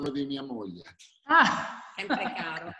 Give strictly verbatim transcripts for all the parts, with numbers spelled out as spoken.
di mia moglie. Ah. Sempre caro.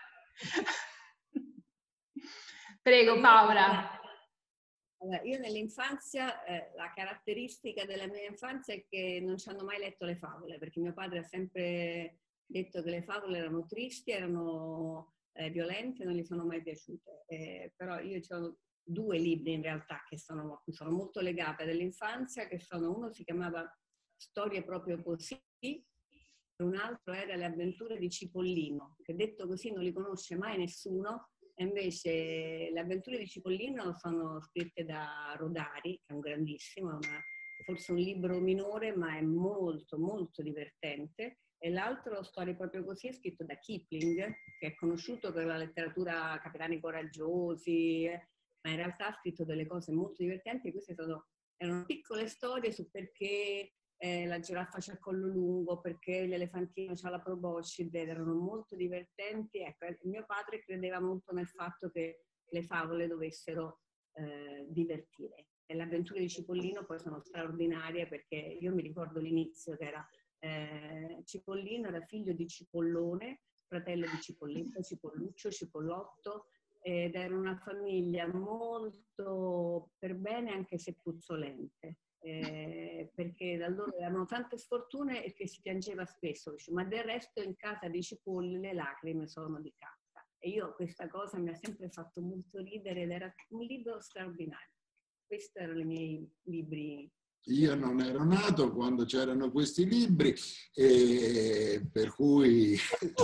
Prego Paola. Allora, io nell'infanzia, eh, la caratteristica della mia infanzia è che non ci hanno mai letto le favole, perché mio padre ha sempre detto che le favole erano tristi, erano eh, violente, non gli sono mai piaciute. Eh, però io ho due libri in realtà che sono, a cui sono molto legata dell'infanzia, che sono, uno si chiamava Storie proprio così, e un altro era Le avventure di Cipollino, che detto così non li conosce mai nessuno. E invece Le avventure di Cipollino sono scritte da Rodari, che è un grandissimo, è una, forse un libro minore, ma è molto, molto divertente. E l'altro, Storie proprio così, è scritto da Kipling, che è conosciuto per la letteratura Capitani Coraggiosi, ma in realtà ha scritto delle cose molto divertenti. Queste sono, erano piccole storie su perché eh, la giraffa c'ha il collo lungo, perché l'elefantino c'ha la proboscide, erano molto divertenti. Ecco, mio padre credeva molto nel fatto che le favole dovessero eh, divertire. E le avventure di Cipollino poi sono straordinarie, perché io mi ricordo l'inizio che era eh, Cipollino era figlio di Cipollone, fratello di Cipollino, Cipolluccio, Cipollotto, ed era una famiglia molto per bene anche se puzzolente. Eh, perché da loro avevano tante sfortune e che si piangeva spesso, ma del resto in casa dei Cipolli le lacrime sono di carta. E io questa cosa mi ha sempre fatto molto ridere ed era un libro straordinario. Questi erano i miei libri. Io non ero nato quando c'erano questi libri, e per cui...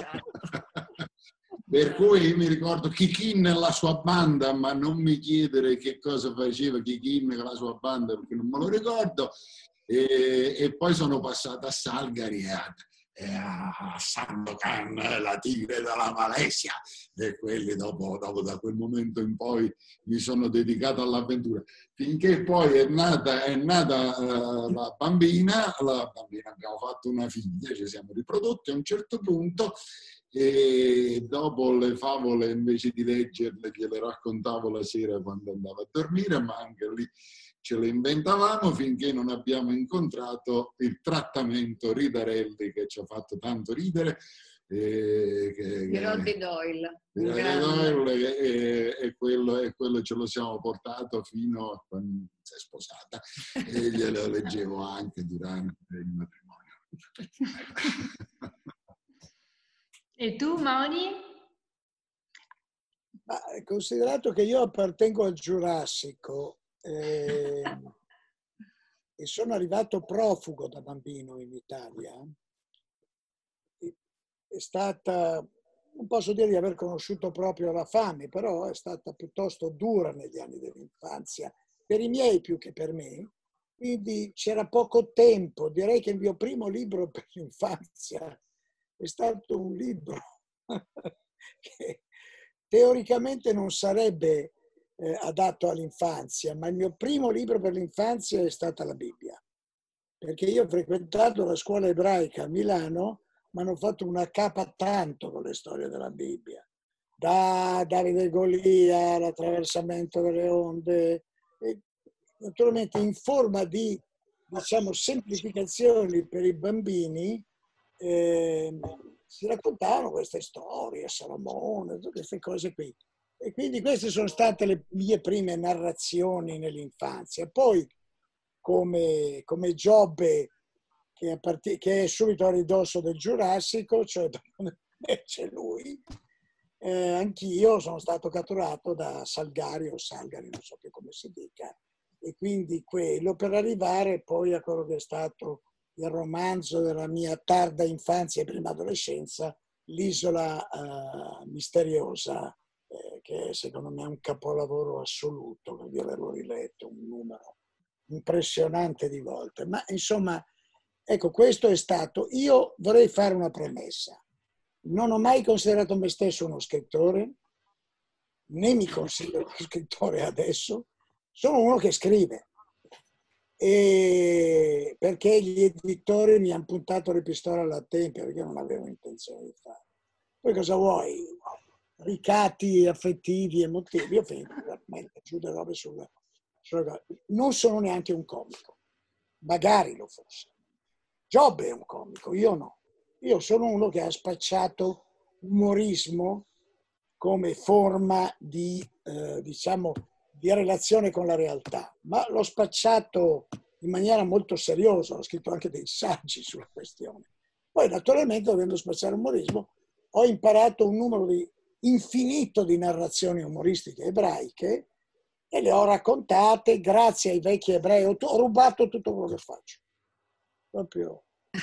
Per cui mi ricordo Chichin e la sua banda, ma non mi chiedere che cosa faceva Chichin con la sua banda perché non me lo ricordo. E, e poi sono passato a Salgari e a, e a Sandokan, la tigre della Malesia, e quelli dopo, dopo da quel momento in poi mi sono dedicato all'avventura. Finché poi è nata, è nata uh, la bambina, la bambina, abbiamo fatto una figlia, ci siamo riprodotti a un certo punto. E dopo le favole, invece di leggerle, gliele raccontavo la sera quando andavo a dormire, ma anche lì ce le inventavamo finché non abbiamo incontrato il trattamento Ridarelli, che ci ha fatto tanto ridere. E, che, di Roddy Doyle. Di Roddy Doyle e, e, quello, e quello ce lo siamo portato fino a quando si è sposata e glielo leggevo anche durante il matrimonio. E tu, Moni? Ma, considerato che io appartengo al Giurassico eh, e sono arrivato profugo da bambino in Italia, è stata, non posso dire di aver conosciuto proprio la fame, però è stata piuttosto dura negli anni dell'infanzia, per i miei più che per me. Quindi c'era poco tempo. Direi che il mio primo libro per l'infanzia è stato un libro che teoricamente non sarebbe eh, adatto all'infanzia, ma il mio primo libro per l'infanzia è stata la Bibbia, perché io ho frequentato la scuola ebraica a Milano, mi hanno fatto una capa tanto con le storie della Bibbia, da Davide e Golia, l'attraversamento delle onde, e naturalmente in forma di, diciamo, semplificazioni per i bambini. Eh, si raccontavano queste storie, Salomone, tutte queste cose qui. E quindi queste sono state le mie prime narrazioni nell'infanzia. Poi, come, come Giobbe, che è, part- che è subito a ridosso del Giurassico, cioè c'è lui, eh, anch'io sono stato catturato da Salgari o Salgari, non so più come si dica, e quindi quello per arrivare poi a quello che è stato il romanzo della mia tarda infanzia e prima adolescenza, L'isola uh, misteriosa, eh, che secondo me è un capolavoro assoluto, perché io l'avevo riletto un numero impressionante di volte. Ma insomma, ecco, questo è stato. Io vorrei fare una premessa. Non ho mai considerato me stesso uno scrittore, né mi considero uno scrittore adesso, sono uno che scrive. E perché gli editori mi hanno puntato le pistole alla tempia, perché io non avevo intenzione di fare. Poi cosa vuoi? Ricatti affettivi, emotivi, io finito per mettere giù le robe sulla, sulla... Non sono neanche un comico, magari lo fosse. Giobbe è un comico, io no. io sono uno che ha spacciato umorismo come forma di, eh, diciamo, di relazione con la realtà, ma l'ho spacciato in maniera molto seriosa, ho scritto anche dei saggi sulla questione. Poi naturalmente, dovendo spacciare umorismo, ho imparato un numero di infinito di narrazioni umoristiche ebraiche e le ho raccontate grazie ai vecchi ebrei. Ho, ho rubato tutto quello che faccio. Proprio.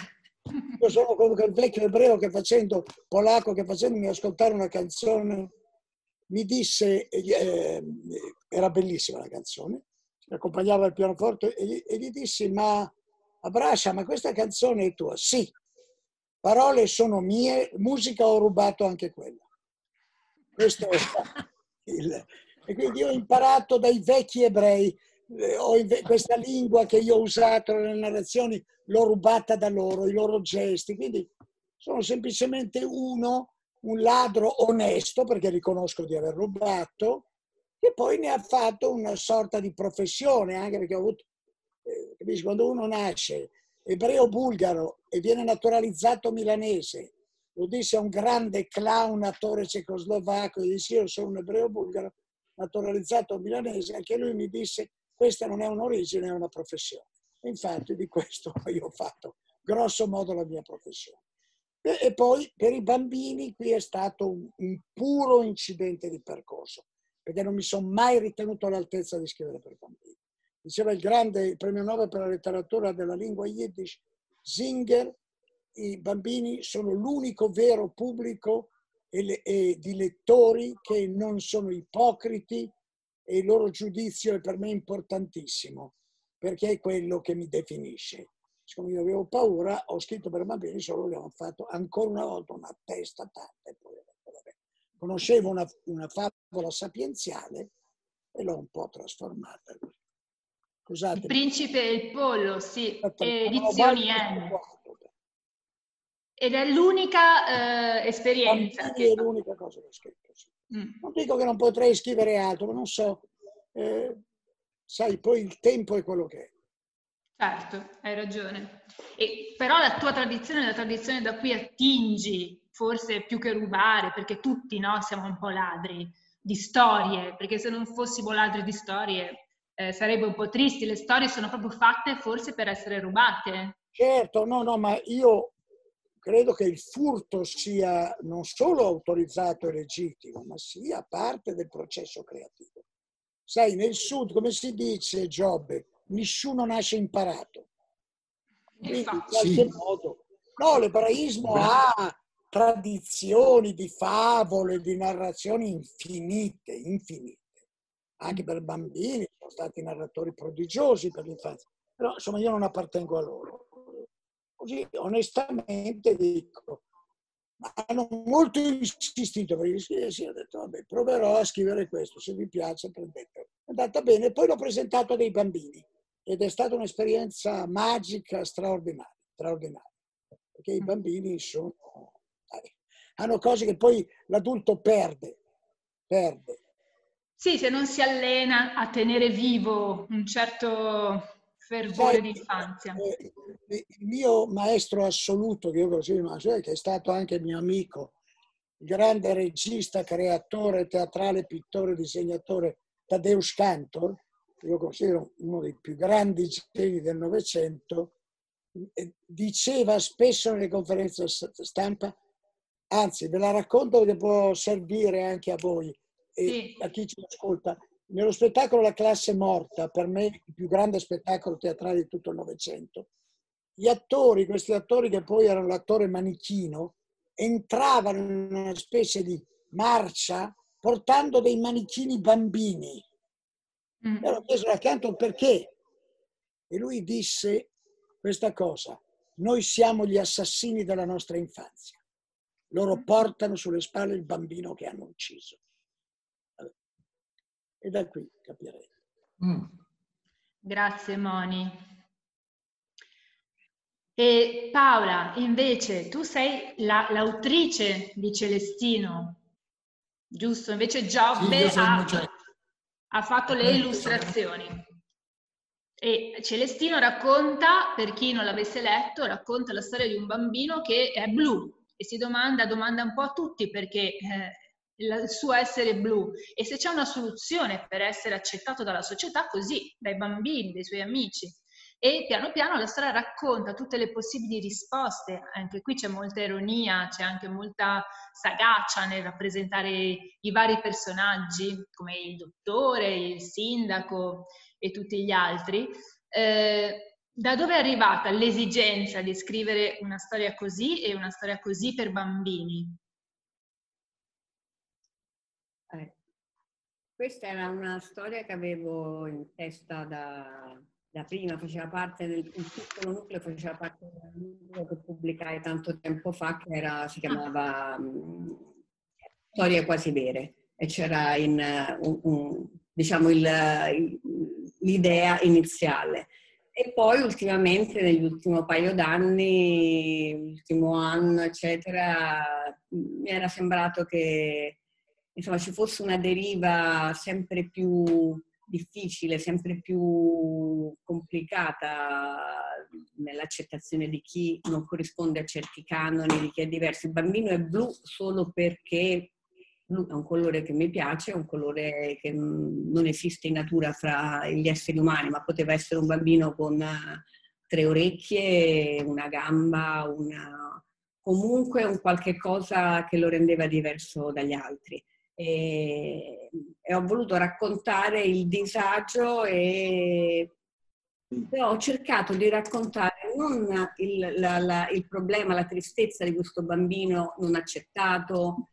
Io sono come quel vecchio ebreo che facendo, polacco, che facendomi ascoltare una canzone, mi disse, eh, era bellissima la canzone, mi accompagnava al pianoforte e gli, e gli dissi, ma Abrasha, ma questa canzone è tua? Sì, parole sono mie, musica ho rubato anche quella. Questo è il... E quindi io ho imparato dai vecchi ebrei, eh, ho inve- questa lingua che io ho usato nelle narrazioni, l'ho rubata da loro, i loro gesti, quindi sono semplicemente uno, un ladro onesto, perché riconosco di aver rubato, che poi ne ha fatto una sorta di professione, anche perché ho avuto, eh, capisci, quando uno nasce ebreo-bulgaro e viene naturalizzato milanese, lo disse a un grande clown, attore cecoslovacco, gli disse io sono un ebreo-bulgaro naturalizzato milanese, anche lui mi disse questa non è un'origine, è una professione. E infatti di questo io ho fatto grosso modo la mia professione. E, e poi per i bambini qui è stato un, un puro incidente di percorso, perché non mi sono mai ritenuto all'altezza di scrivere per bambini. Diceva il grande il premio Nobel per la letteratura della lingua Yiddish, Singer, i bambini sono l'unico vero pubblico e le, e di lettori che non sono ipocriti e il loro giudizio è per me importantissimo, perché è quello che mi definisce. Siccome io avevo paura, ho scritto per bambini, solo che ho fatto ancora una volta una testa tanta. E poi, vabbè. Conoscevo una, una favola sapienziale e l'ho un po' trasformata. Scusate. Il principe e il pollo, sì, edizioni N. Ed è l'unica eh, esperienza. Che... è l'unica cosa che ho scritto. Sì. Mm. Non dico che non potrei scrivere altro, ma non so. Eh, sai, poi il tempo è quello che è. Certo, hai ragione. E, però la tua tradizione è la tradizione da cui attingi, forse più che rubare, perché tutti, no, siamo un po' ladri di storie, perché se non fossimo ladri di storie eh, sarebbe un po' tristi. Le storie sono proprio fatte forse per essere rubate. Certo, no, no, ma io credo che il furto sia non solo autorizzato e legittimo, ma sia parte del processo creativo. Sai, nel sud, come si dice, Giobbe, nessuno nasce imparato. Quindi, in qualche sì. modo, no, l'ebraismo ha tradizioni di favole, di narrazioni infinite, infinite. Anche per bambini sono stati narratori prodigiosi per l'infanzia. Però, insomma, io non appartengo a loro. Così, onestamente, dico, hanno molto insistito per scrivere, sì, ho detto, vabbè, proverò a scrivere questo, se vi piace prendetelo. È andata bene, poi l'ho presentato a dei bambini ed è stata un'esperienza magica, straordinaria, straordinaria, perché i bambini sono, dai, hanno cose che poi l'adulto perde, perde. Sì, se non si allena a tenere vivo un certo fervore di infanzia. Il mio maestro assoluto, che io considero, che è stato anche mio amico, il grande regista, creatore teatrale, pittore, disegnatore Tadeusz Kantor, che io considero uno dei più grandi geni del Novecento, diceva spesso nelle conferenze stampa, anzi ve la racconto perché può servire anche a voi e sì. a chi ci ascolta. Nello spettacolo La classe morta, per me il più grande spettacolo teatrale di tutto il Novecento, gli attori, questi attori che poi erano l'attore manichino, entravano in una specie di marcia portando dei manichini bambini. Mm. E ho chiesto accanto perché e lui disse questa cosa: noi siamo gli assassini della nostra infanzia, loro portano sulle spalle il bambino che hanno ucciso. E da qui capirete. Mm. Grazie Moni. E Paola, invece, tu sei la, l'autrice di Celestino, giusto? Invece Giobbe sì, ha, ha fatto le illustrazioni. E Celestino racconta, per chi non l'avesse letto, racconta la storia di un bambino che è blu e si domanda, domanda un po' a tutti perché eh, il suo essere blu e se c'è una soluzione per essere accettato dalla società così, dai bambini, dai suoi amici. E piano piano la storia racconta tutte le possibili risposte, anche qui c'è molta ironia, c'è anche molta sagacia nel rappresentare i vari personaggi, come il dottore, il sindaco e tutti gli altri. Eh, da dove è arrivata l'esigenza di scrivere una storia così e una storia così per bambini? Eh, questa era una storia che avevo in testa da... da prima, faceva parte del un piccolo nucleo, faceva parte del libro che pubblicai tanto tempo fa, che era, si chiamava um, Storie quasi vere, e c'era in, uh, un, un, diciamo il, il, l'idea iniziale. E poi ultimamente, negli ultimi paio d'anni, l'ultimo anno, eccetera, mi era sembrato che insomma, ci fosse una deriva sempre più difficile, sempre più complicata nell'accettazione di chi non corrisponde a certi canoni, di chi è diverso. Il bambino è blu solo perché blu è un colore che mi piace, è un colore che non esiste in natura fra gli esseri umani, ma poteva essere un bambino con tre orecchie, una gamba, una... comunque un qualche cosa che lo rendeva diverso dagli altri. E, e ho voluto raccontare il disagio e ho cercato di raccontare non il, la, la, il problema, la tristezza di questo bambino non accettato,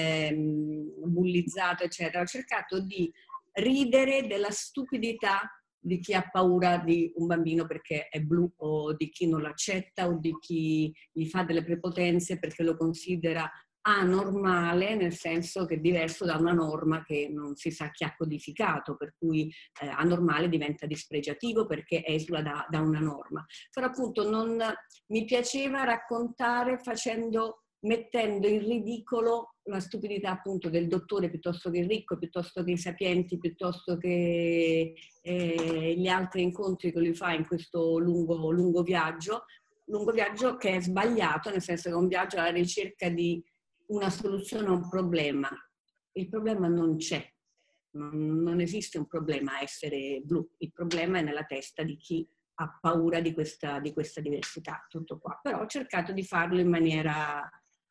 ehm, bullizzato, eccetera. Ho cercato di ridere della stupidità di chi ha paura di un bambino perché è blu, o di chi non lo accetta, o di chi gli fa delle prepotenze perché lo considera anormale, nel senso che è diverso da una norma che non si sa chi ha codificato, per cui eh, anormale diventa dispregiativo perché esula da, da una norma. Però appunto non mi piaceva raccontare facendo, mettendo in ridicolo la stupidità appunto del dottore piuttosto che il ricco, piuttosto che i sapienti, piuttosto che eh, gli altri incontri che lui fa in questo lungo, lungo viaggio, lungo viaggio che è sbagliato, nel senso che è un viaggio alla ricerca di una soluzione a un problema. Il problema non c'è, non, non esiste un problema a essere blu, il problema è nella testa di chi ha paura di questa, di questa diversità, tutto qua. Però ho cercato di farlo in maniera,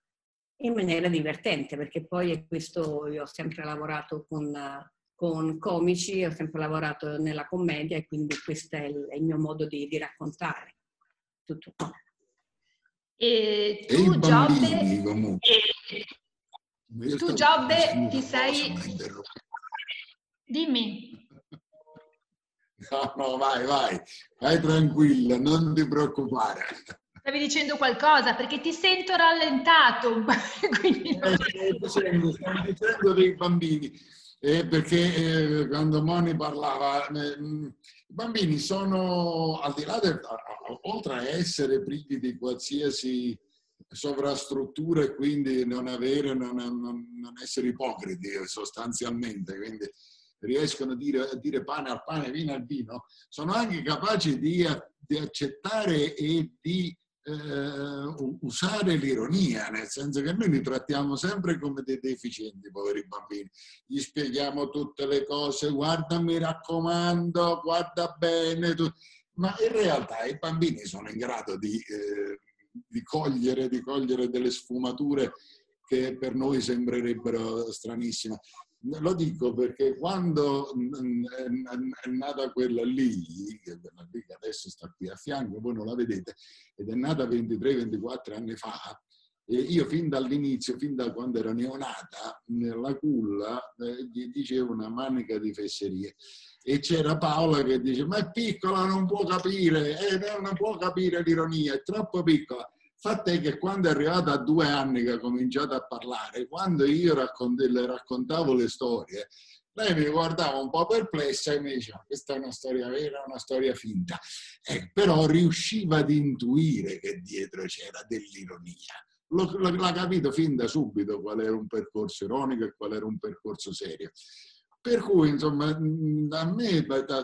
in maniera divertente, perché poi è questo, io ho sempre lavorato con, con comici, ho sempre lavorato nella commedia e quindi questo è il, è il mio modo di, di raccontare, tutto qua. E E tu, i bambini, Giobbe, comunque. tu, Giobbe, ti sei... Dimmi. No, no, vai, vai, vai tranquilla, non ti preoccupare. Stavi dicendo qualcosa, perché ti sento rallentato. Quindi... eh, stavo dicendo, stavo dicendo dei bambini, eh, perché eh, quando Moni parlava, eh, i bambini sono, al di là del, oltre a essere privi di qualsiasi sovrastruttura e quindi non avere, non, non, non essere ipocriti sostanzialmente, quindi riescono a dire, a dire pane al pane, vino al vino, sono anche capaci di, di accettare e di eh, usare l'ironia, nel senso che noi li trattiamo sempre come dei deficienti, poveri bambini. Gli spieghiamo tutte le cose, guarda mi raccomando, guarda bene, tu... ma in realtà i bambini sono in grado di, eh, di, cogliere, di cogliere delle sfumature che per noi sembrerebbero stranissime. Lo dico perché quando è nata quella lì, quella lì che adesso sta qui a fianco, voi non la vedete, ed è nata ventitré ventiquattro anni fa, e io fin dall'inizio, fin da quando ero neonata, nella culla eh, gli dicevo una manica di fesserie. E c'era Paola che dice, ma è piccola, non può capire, eh, non può capire l'ironia, è troppo piccola. Fatto è che quando è arrivata a due anni che ha cominciato a parlare, quando io raccont- le raccontavo le storie, lei mi guardava un po' perplessa e mi diceva questa è una storia vera, una storia finta. Eh, però riusciva ad intuire che dietro c'era dell'ironia. Lo, lo, l'ha capito fin da subito qual era un percorso ironico e qual era un percorso serio. Per cui, insomma, a me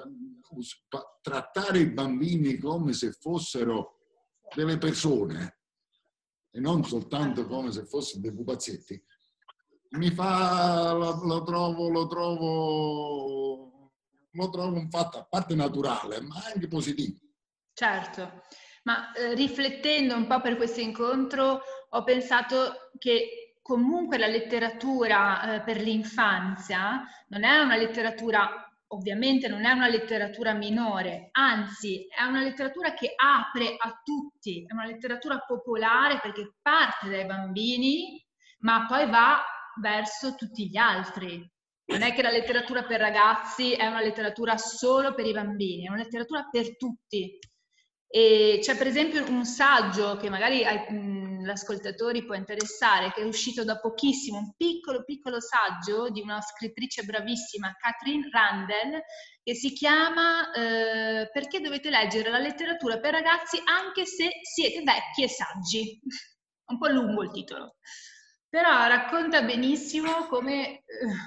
trattare i bambini come se fossero delle persone e non soltanto come se fossero dei pupazzetti, mi fa, lo, lo trovo, lo trovo, lo trovo un fatto a parte naturale, ma anche positivo. Certo, ma eh, riflettendo un po' per questo incontro ho pensato che comunque la letteratura eh, per l'infanzia non è una letteratura, ovviamente non è una letteratura minore, anzi è una letteratura che apre a tutti, è una letteratura popolare perché parte dai bambini ma poi va verso tutti gli altri. Non è che la letteratura per ragazzi è una letteratura solo per i bambini, è una letteratura per tutti. E c'è per esempio un saggio che magari l'ascoltatori può interessare, che è uscito da pochissimo, un piccolo piccolo saggio di una scrittrice bravissima, Catherine Randall, che si chiama eh, Perché dovete leggere la letteratura per ragazzi anche se siete vecchi e saggi. Un po' lungo il titolo. Però racconta benissimo come...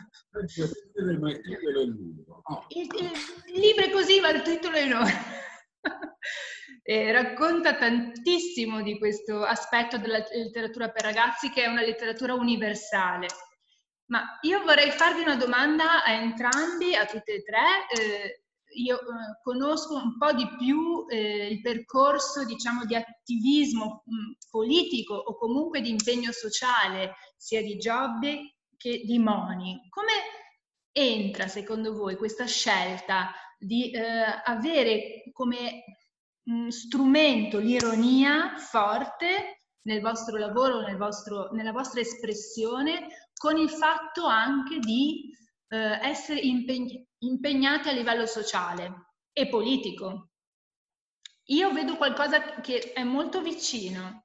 Il, il libro è così, ma il titolo è enorme. E racconta tantissimo di questo aspetto della letteratura per ragazzi, che è una letteratura universale. Ma io vorrei farvi una domanda a entrambi, a tutte e tre. Eh, io eh, conosco un po' di più eh, il percorso, diciamo, di attivismo mh, politico o comunque di impegno sociale, sia di Giobbe che di Moni. Come entra, secondo voi, questa scelta di eh, avere come mh, strumento l'ironia forte nel vostro lavoro, nel vostro, nella vostra espressione, con il fatto anche di eh, essere impeg- impegnati a livello sociale e politico? Io vedo qualcosa che è molto vicino.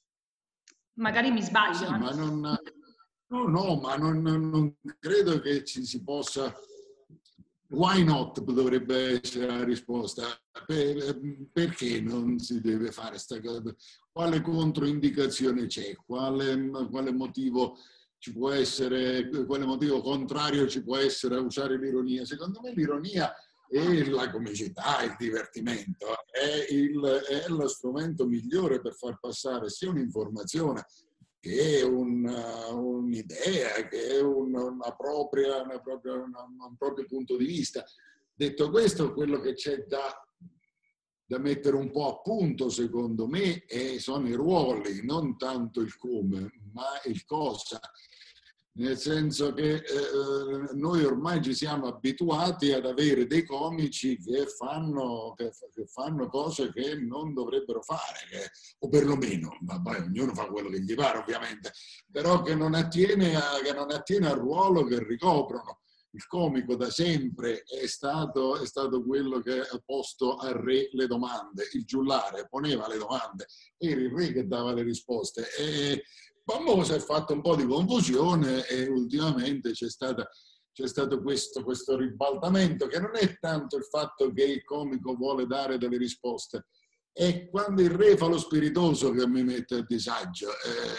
Magari mi sbaglio. Sì, ma non, no, no, ma non, non credo che ci si possa... Why not dovrebbe essere la risposta. Per, perché non si deve fare questa cosa? Quale controindicazione c'è? Quale, quale motivo ci può essere, quale motivo contrario ci può essere a usare l'ironia? Secondo me l'ironia è la comicità, il divertimento, è, il, è lo strumento migliore per far passare sia un'informazione che è un, uh, un'idea, che è un, una propria, una propria, una, un proprio punto di vista. Detto questo, quello che c'è da, da mettere un po' a punto, secondo me, è, sono i ruoli, non tanto il come, ma il cosa. Nel senso che eh, noi ormai ci siamo abituati ad avere dei comici che fanno, che, che fanno cose che non dovrebbero fare, che, o perlomeno, ma poi ognuno fa quello che gli pare ovviamente, però che non attiene, a, che non attiene al ruolo che ricoprono. Il comico da sempre è stato, è stato quello che ha posto al re le domande, il giullare poneva le domande, era il re che dava le risposte. E, ma si è fatto un po' di confusione e ultimamente c'è stata, c'è stato questo, questo ribaltamento, che non è tanto il fatto che il comico vuole dare delle risposte, è quando il re fa lo spiritoso che mi mette a disagio.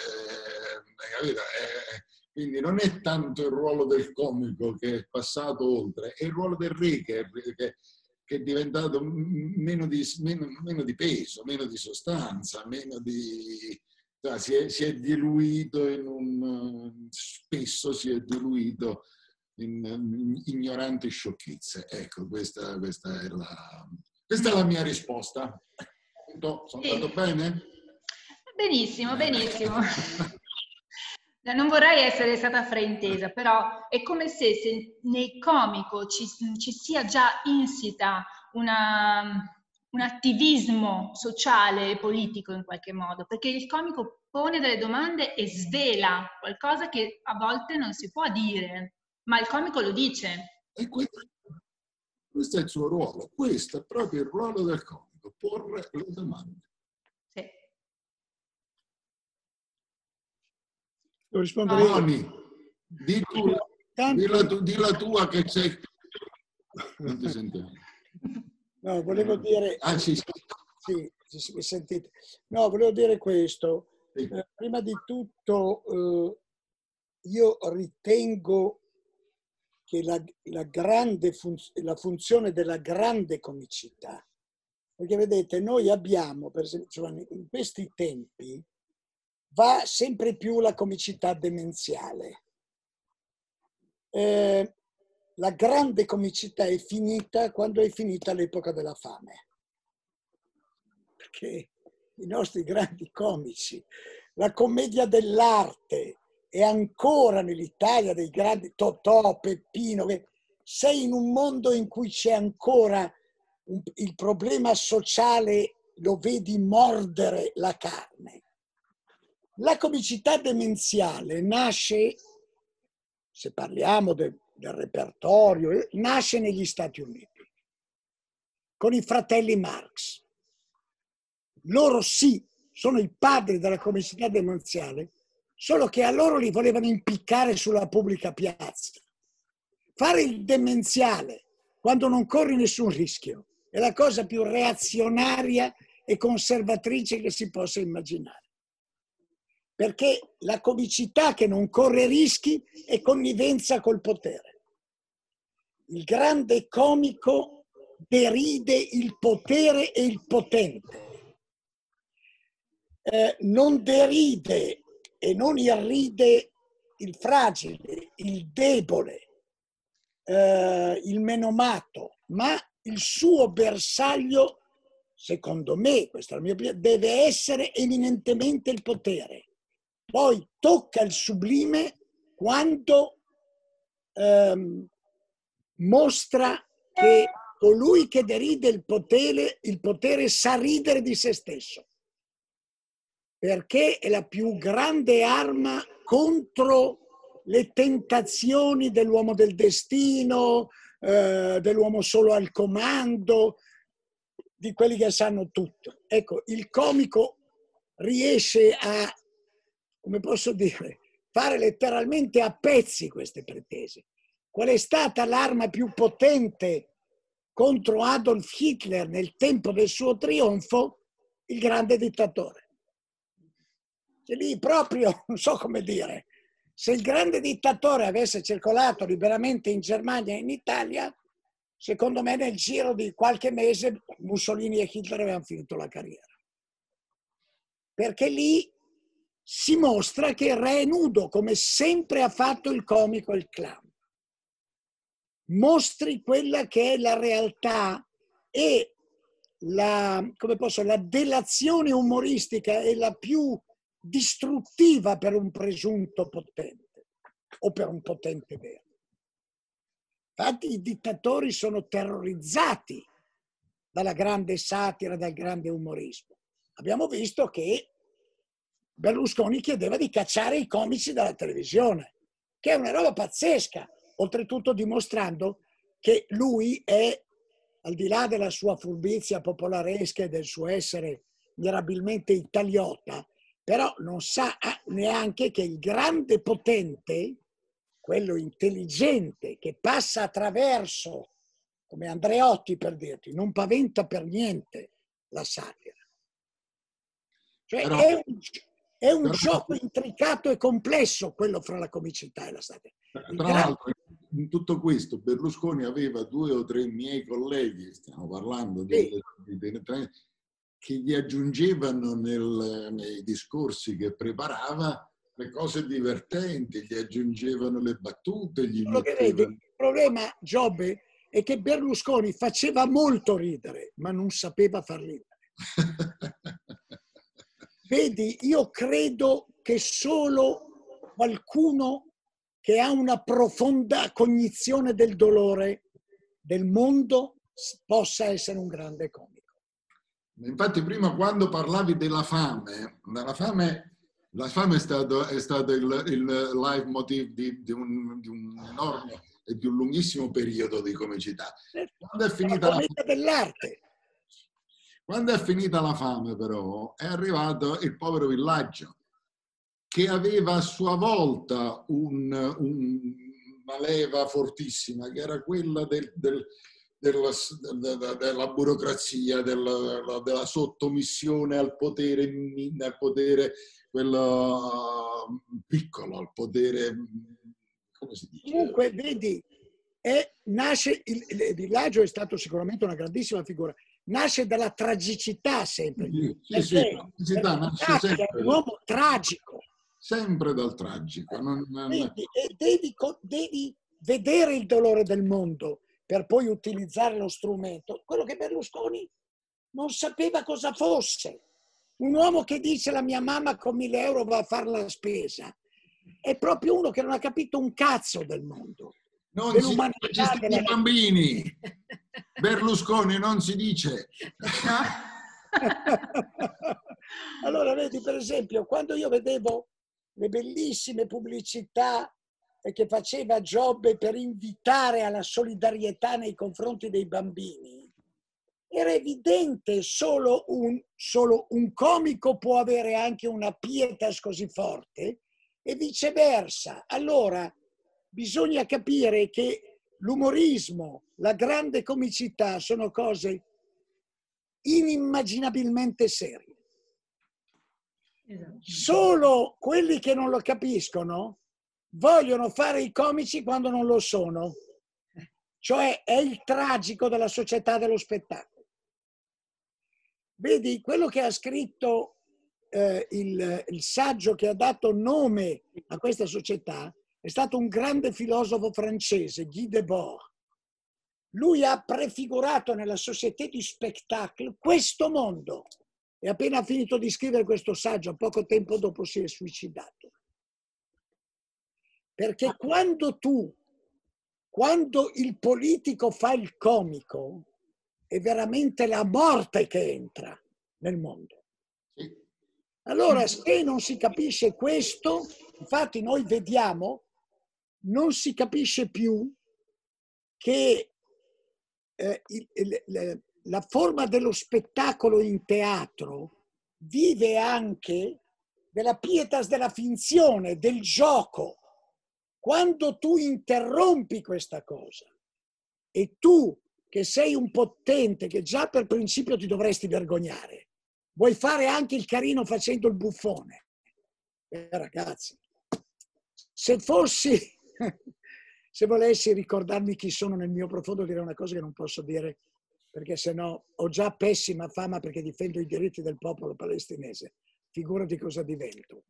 Eh, capito? Eh, quindi non è tanto il ruolo del comico che è passato oltre, è il ruolo del re che, che, che è diventato meno di, meno, meno di peso, meno di sostanza, meno di... Si è, si è diluito in un, spesso si è diluito in, in ignoranti sciocchezze. Ecco, questa, questa, è la, questa è la mia risposta. Sono andato sì. Bene? Benissimo, benissimo. Non vorrei essere stata fraintesa, però è come se, se nel comico ci, ci sia già insita una... un attivismo sociale e politico in qualche modo, perché il comico pone delle domande e svela qualcosa che a volte non si può dire, ma il comico lo dice. E questo, questo è il suo ruolo, questo è proprio il ruolo del comico, porre le domande. Sì. Devo rispondere io. Moni, di, tu, di, la, di la tua che c'è... Non ti sentiamo. No, volevo dire... Ah, sì, sì. Sì, sì, mi sentite. No, volevo dire questo. Sì. Eh, prima di tutto, eh, io ritengo che la, la, grande funz- la funzione della grande comicità, perché vedete, noi abbiamo, per esempio, in questi tempi, va sempre più la comicità demenziale. Eh, la grande comicità è finita quando è finita l'epoca della fame. Perché i nostri grandi comici, la commedia dell'arte è ancora nell'Italia dei grandi Totò, Peppino. Sei in un mondo in cui c'è ancora un, il problema sociale, lo vedi mordere la carne. La comicità demenziale nasce, se parliamo de, del repertorio, nasce negli Stati Uniti con i fratelli Marx. Loro sì, sono i padri della comicità demenziale, solo che a loro li volevano impiccare sulla pubblica piazza. Fare il demenziale quando non corri nessun rischio è la cosa più reazionaria e conservatrice che si possa immaginare. Perché la comicità che non corre rischi è connivenza col potere. Il grande comico deride il potere e il potente. Eh, non deride e non irride il fragile, il debole, eh, il menomato, ma il suo bersaglio, secondo me, questa è la mia opinione, deve essere eminentemente il potere. Poi tocca il sublime quando ehm, mostra che colui che deride il potere, il potere sa ridere di se stesso, perché è la più grande arma contro le tentazioni dell'uomo del destino, eh, dell'uomo solo al comando, di quelli che sanno tutto. Ecco, il comico riesce a, come posso dire, fare letteralmente a pezzi queste pretese. Qual è stata l'arma più potente contro Adolf Hitler nel tempo del suo trionfo? Il grande dittatore. E lì proprio, non so come dire, se il grande dittatore avesse circolato liberamente in Germania e in Italia, secondo me nel giro di qualche mese Mussolini e Hitler avevano finito la carriera. Perché lì si mostra che il re è nudo, come sempre ha fatto il comico e il clown. Mostri quella che è la realtà e la, come posso, la delazione umoristica è la più distruttiva per un presunto potente o per un potente vero. Infatti i dittatori sono terrorizzati dalla grande satira, dal grande umorismo. Abbiamo visto che Berlusconi chiedeva di cacciare i comici dalla televisione, che è una roba pazzesca, oltretutto dimostrando che lui è, al di là della sua furbizia popolaresca e del suo essere mirabilmente italiota, però non sa neanche che il grande potente, quello intelligente che passa attraverso, come Andreotti per dirti, non paventa per niente la satira. Cioè però, è un, è un però, gioco intricato e complesso quello fra la comicità e la satira. Tra gran... l'altro, in tutto questo Berlusconi aveva due o tre miei colleghi, stiamo parlando delle, sì. delle, delle, che gli aggiungevano nel, nei discorsi che preparava le cose divertenti, gli aggiungevano le battute, gli mettevano... Il problema, Giobbe, è che Berlusconi faceva molto ridere, ma non sapeva far ridere. Vedi, io credo che solo qualcuno che ha una profonda cognizione del dolore del mondo possa essere un grande comico. Infatti prima quando parlavi della fame, della fame la fame è stato, è stato il, il leitmotiv di, di, un, di un enorme e di un lunghissimo periodo di comicità. Quando è finita la fame, dell'arte. Quando è finita la fame però è arrivato il povero villaggio, che aveva a sua volta un, un, una leva fortissima, che era quella del, del, della, della, della burocrazia, della, della sottomissione al potere, al potere quello piccolo, al potere, come si dice? Comunque, vedi, è, nasce, il, il villaggio è stato sicuramente una grandissima figura, nasce dalla tragicità sempre. Sì, sì, sì, la tragicità nasce sempre. È un uomo tragico. Sempre dal tragico. Non, non... Quindi, e devi, devi vedere il dolore del mondo per poi utilizzare lo strumento. Quello che Berlusconi non sapeva cosa fosse. Un uomo che dice la mia mamma con mille euro va a fare la spesa. È proprio uno che non ha capito un cazzo del mondo. Non si dice della... i bambini. Berlusconi non si dice. Allora, vedi, per esempio, quando io vedevo le bellissime pubblicità che faceva Giobbe per invitare alla solidarietà nei confronti dei bambini, era evidente solo un, solo un comico può avere anche una pietas così forte e viceversa. Allora bisogna capire che l'umorismo, la grande comicità sono cose inimmaginabilmente serie. Solo quelli che non lo capiscono vogliono fare i comici quando non lo sono. Cioè è il tragico della società dello spettacolo. Vedi, quello che ha scritto eh, il, il saggio che ha dato nome a questa società è stato un grande filosofo francese, Guy Debord. Lui ha prefigurato nella società di spettacolo questo mondo. E appena finito di scrivere questo saggio, poco tempo dopo si è suicidato. Perché quando tu, quando il politico fa il comico, è veramente la morte che entra nel mondo. Allora, se non si capisce questo, infatti noi vediamo, non si capisce più che eh, il, il, la forma dello spettacolo in teatro vive anche della pietas della finzione, del gioco. Quando tu interrompi questa cosa e tu che sei un potente, che già per principio ti dovresti vergognare, vuoi fare anche il carino facendo il buffone. Eh, ragazzi, se fossi, se volessi ricordarmi chi sono nel mio profondo, direi una cosa che non posso dire, perché sennò ho già pessima fama perché difendo i diritti del popolo palestinese. Figurati cosa divento.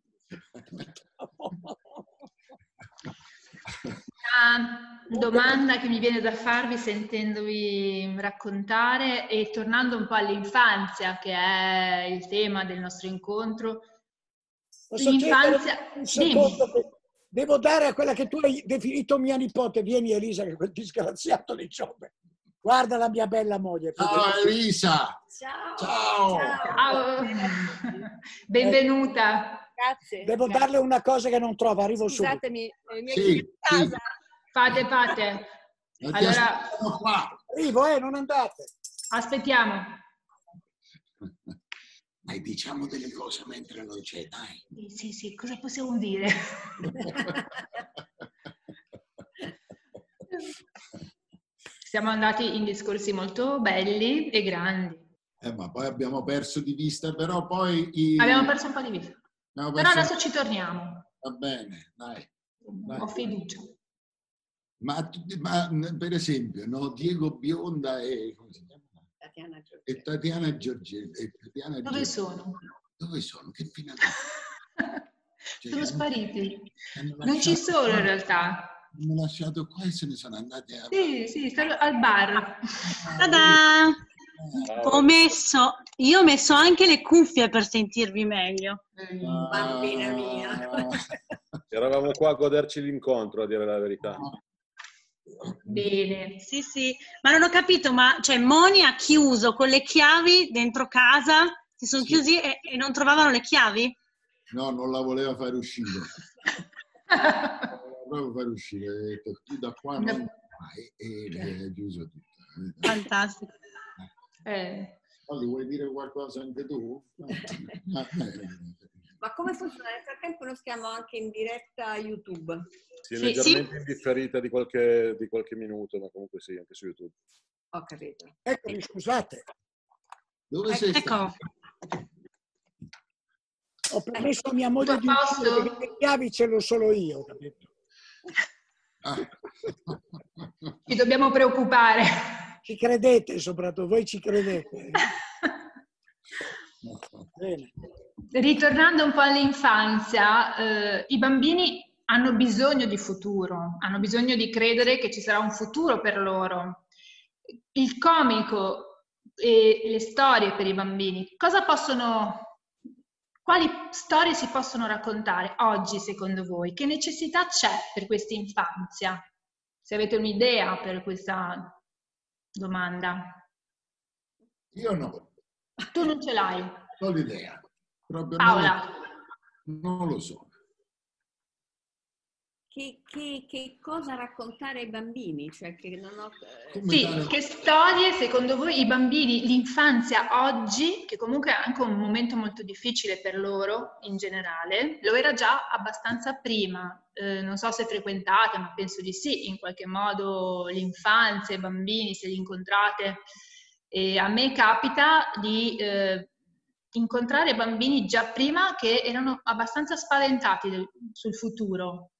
Una domanda che mi viene da farvi sentendovi raccontare e tornando un po' all'infanzia, che è il tema del nostro incontro. Posso L'infanzia... un secondo che devo dare a quella che tu hai definito mia nipote. Vieni Elisa, che quel disgraziato di Giobbe. Guarda la mia bella moglie. Ciao Elisa. Ciao. Ciao. Ciao. Benvenuta. Grazie. Devo grazie. darle una cosa che non trovo, arrivo Scusatemi, subito. eh, mi Sì, in casa. sì. Fate, fate. Allora, qua. Arrivo, eh, non andate. Aspettiamo. Ma diciamo delle cose mentre non c'è, dai. Sì, sì, sì, cosa possiamo dire? Siamo andati in discorsi molto belli e grandi. Eh, ma poi abbiamo perso di vista, però poi... I... Abbiamo perso un po' di vista. Abbiamo Però perso... adesso ci torniamo. Va bene, dai. dai. Ho fiducia. Ma, ma per esempio, no, Diego Bionda e... Come si chiama? Tatiana Giorgetti. E Tatiana Giorgetti. E Tatiana Dove Giorgetti. sono? Dove sono? Che fine hanno? Cioè, Sono spariti. hanno Non ci sono qua, in realtà. Hanno lasciato qua e se ne sono andati a... Sì, sì, stanno al bar. Ta-da! Ho messo, io ho messo anche le cuffie per sentirvi meglio. Bambina mia. Eravamo qua a goderci l'incontro, a dire la verità. Bene. Sì, sì, ma non ho capito, ma cioè Moni ha chiuso con le chiavi dentro casa, si sono Sì. chiusi e, e non trovavano le chiavi? No, non la voleva fare uscire. Non la voleva fare uscire. Ha detto, tu da qua non vai. E è chiuso tutto. Fantastico. Eh. Olli, vuoi dire qualcosa anche tu? No. Ma come funziona? Nel frattempo noi stiamo anche in diretta a YouTube. Sì, Sì, leggermente indifferita di qualche, di qualche minuto, ma comunque sì, anche su YouTube. Ho capito. Eccomi, scusate. Dove sei Ecco. stato? Ho permesso a mia moglie di Tutto a posto? uscire perché le chiavi ce l'ho solo io, capito? Ah. Ci dobbiamo preoccupare. Ci credete, soprattutto voi ci credete. Bene. Ritornando un po' all'infanzia, eh, i bambini hanno bisogno di futuro, hanno bisogno di credere che ci sarà un futuro per loro. Il comico e le storie per i bambini, cosa possono, quali storie si possono raccontare oggi secondo voi? Che necessità c'è per questa infanzia? Se avete un'idea per questa domanda. Io no. Tu non ce l'hai? Ho l'idea. Paola. Non lo so. Che, che, che cosa raccontare ai bambini? Cioè che non ho... Sì, che storie secondo voi i bambini, l'infanzia oggi, che comunque è anche un momento molto difficile per loro in generale, lo era già abbastanza prima, eh, non so se frequentate, ma penso di sì, in qualche modo l'infanzia, i bambini, se li incontrate. E a me capita di eh, incontrare bambini già prima che erano abbastanza spaventati del, sul futuro.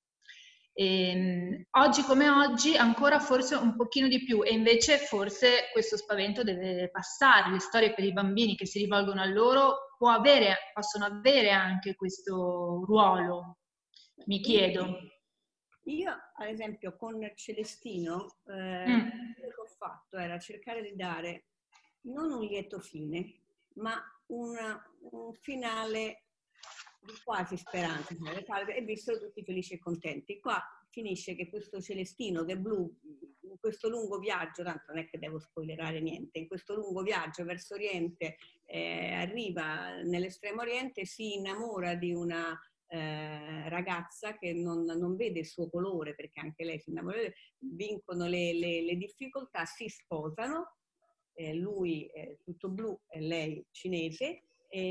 E, oggi come oggi ancora forse un pochino di più, e invece forse questo spavento deve passare. Le storie per i bambini che si rivolgono a loro può avere, possono avere anche questo ruolo, mi chiedo. Io ad esempio con Celestino eh, mm. quello che ho fatto era cercare di dare non un lieto fine, ma una, un finale di quasi speranza, e vissero tutti felici e contenti. Qua finisce che questo Celestino che è blu, in questo lungo viaggio, tanto non è che devo spoilerare niente, in questo lungo viaggio verso Oriente, eh, arriva nell'estremo Oriente, si innamora di una eh, ragazza che non, non vede il suo colore, perché anche lei si innamora, vincono le, le, le difficoltà, si sposano, eh, lui è tutto blu e lei cinese,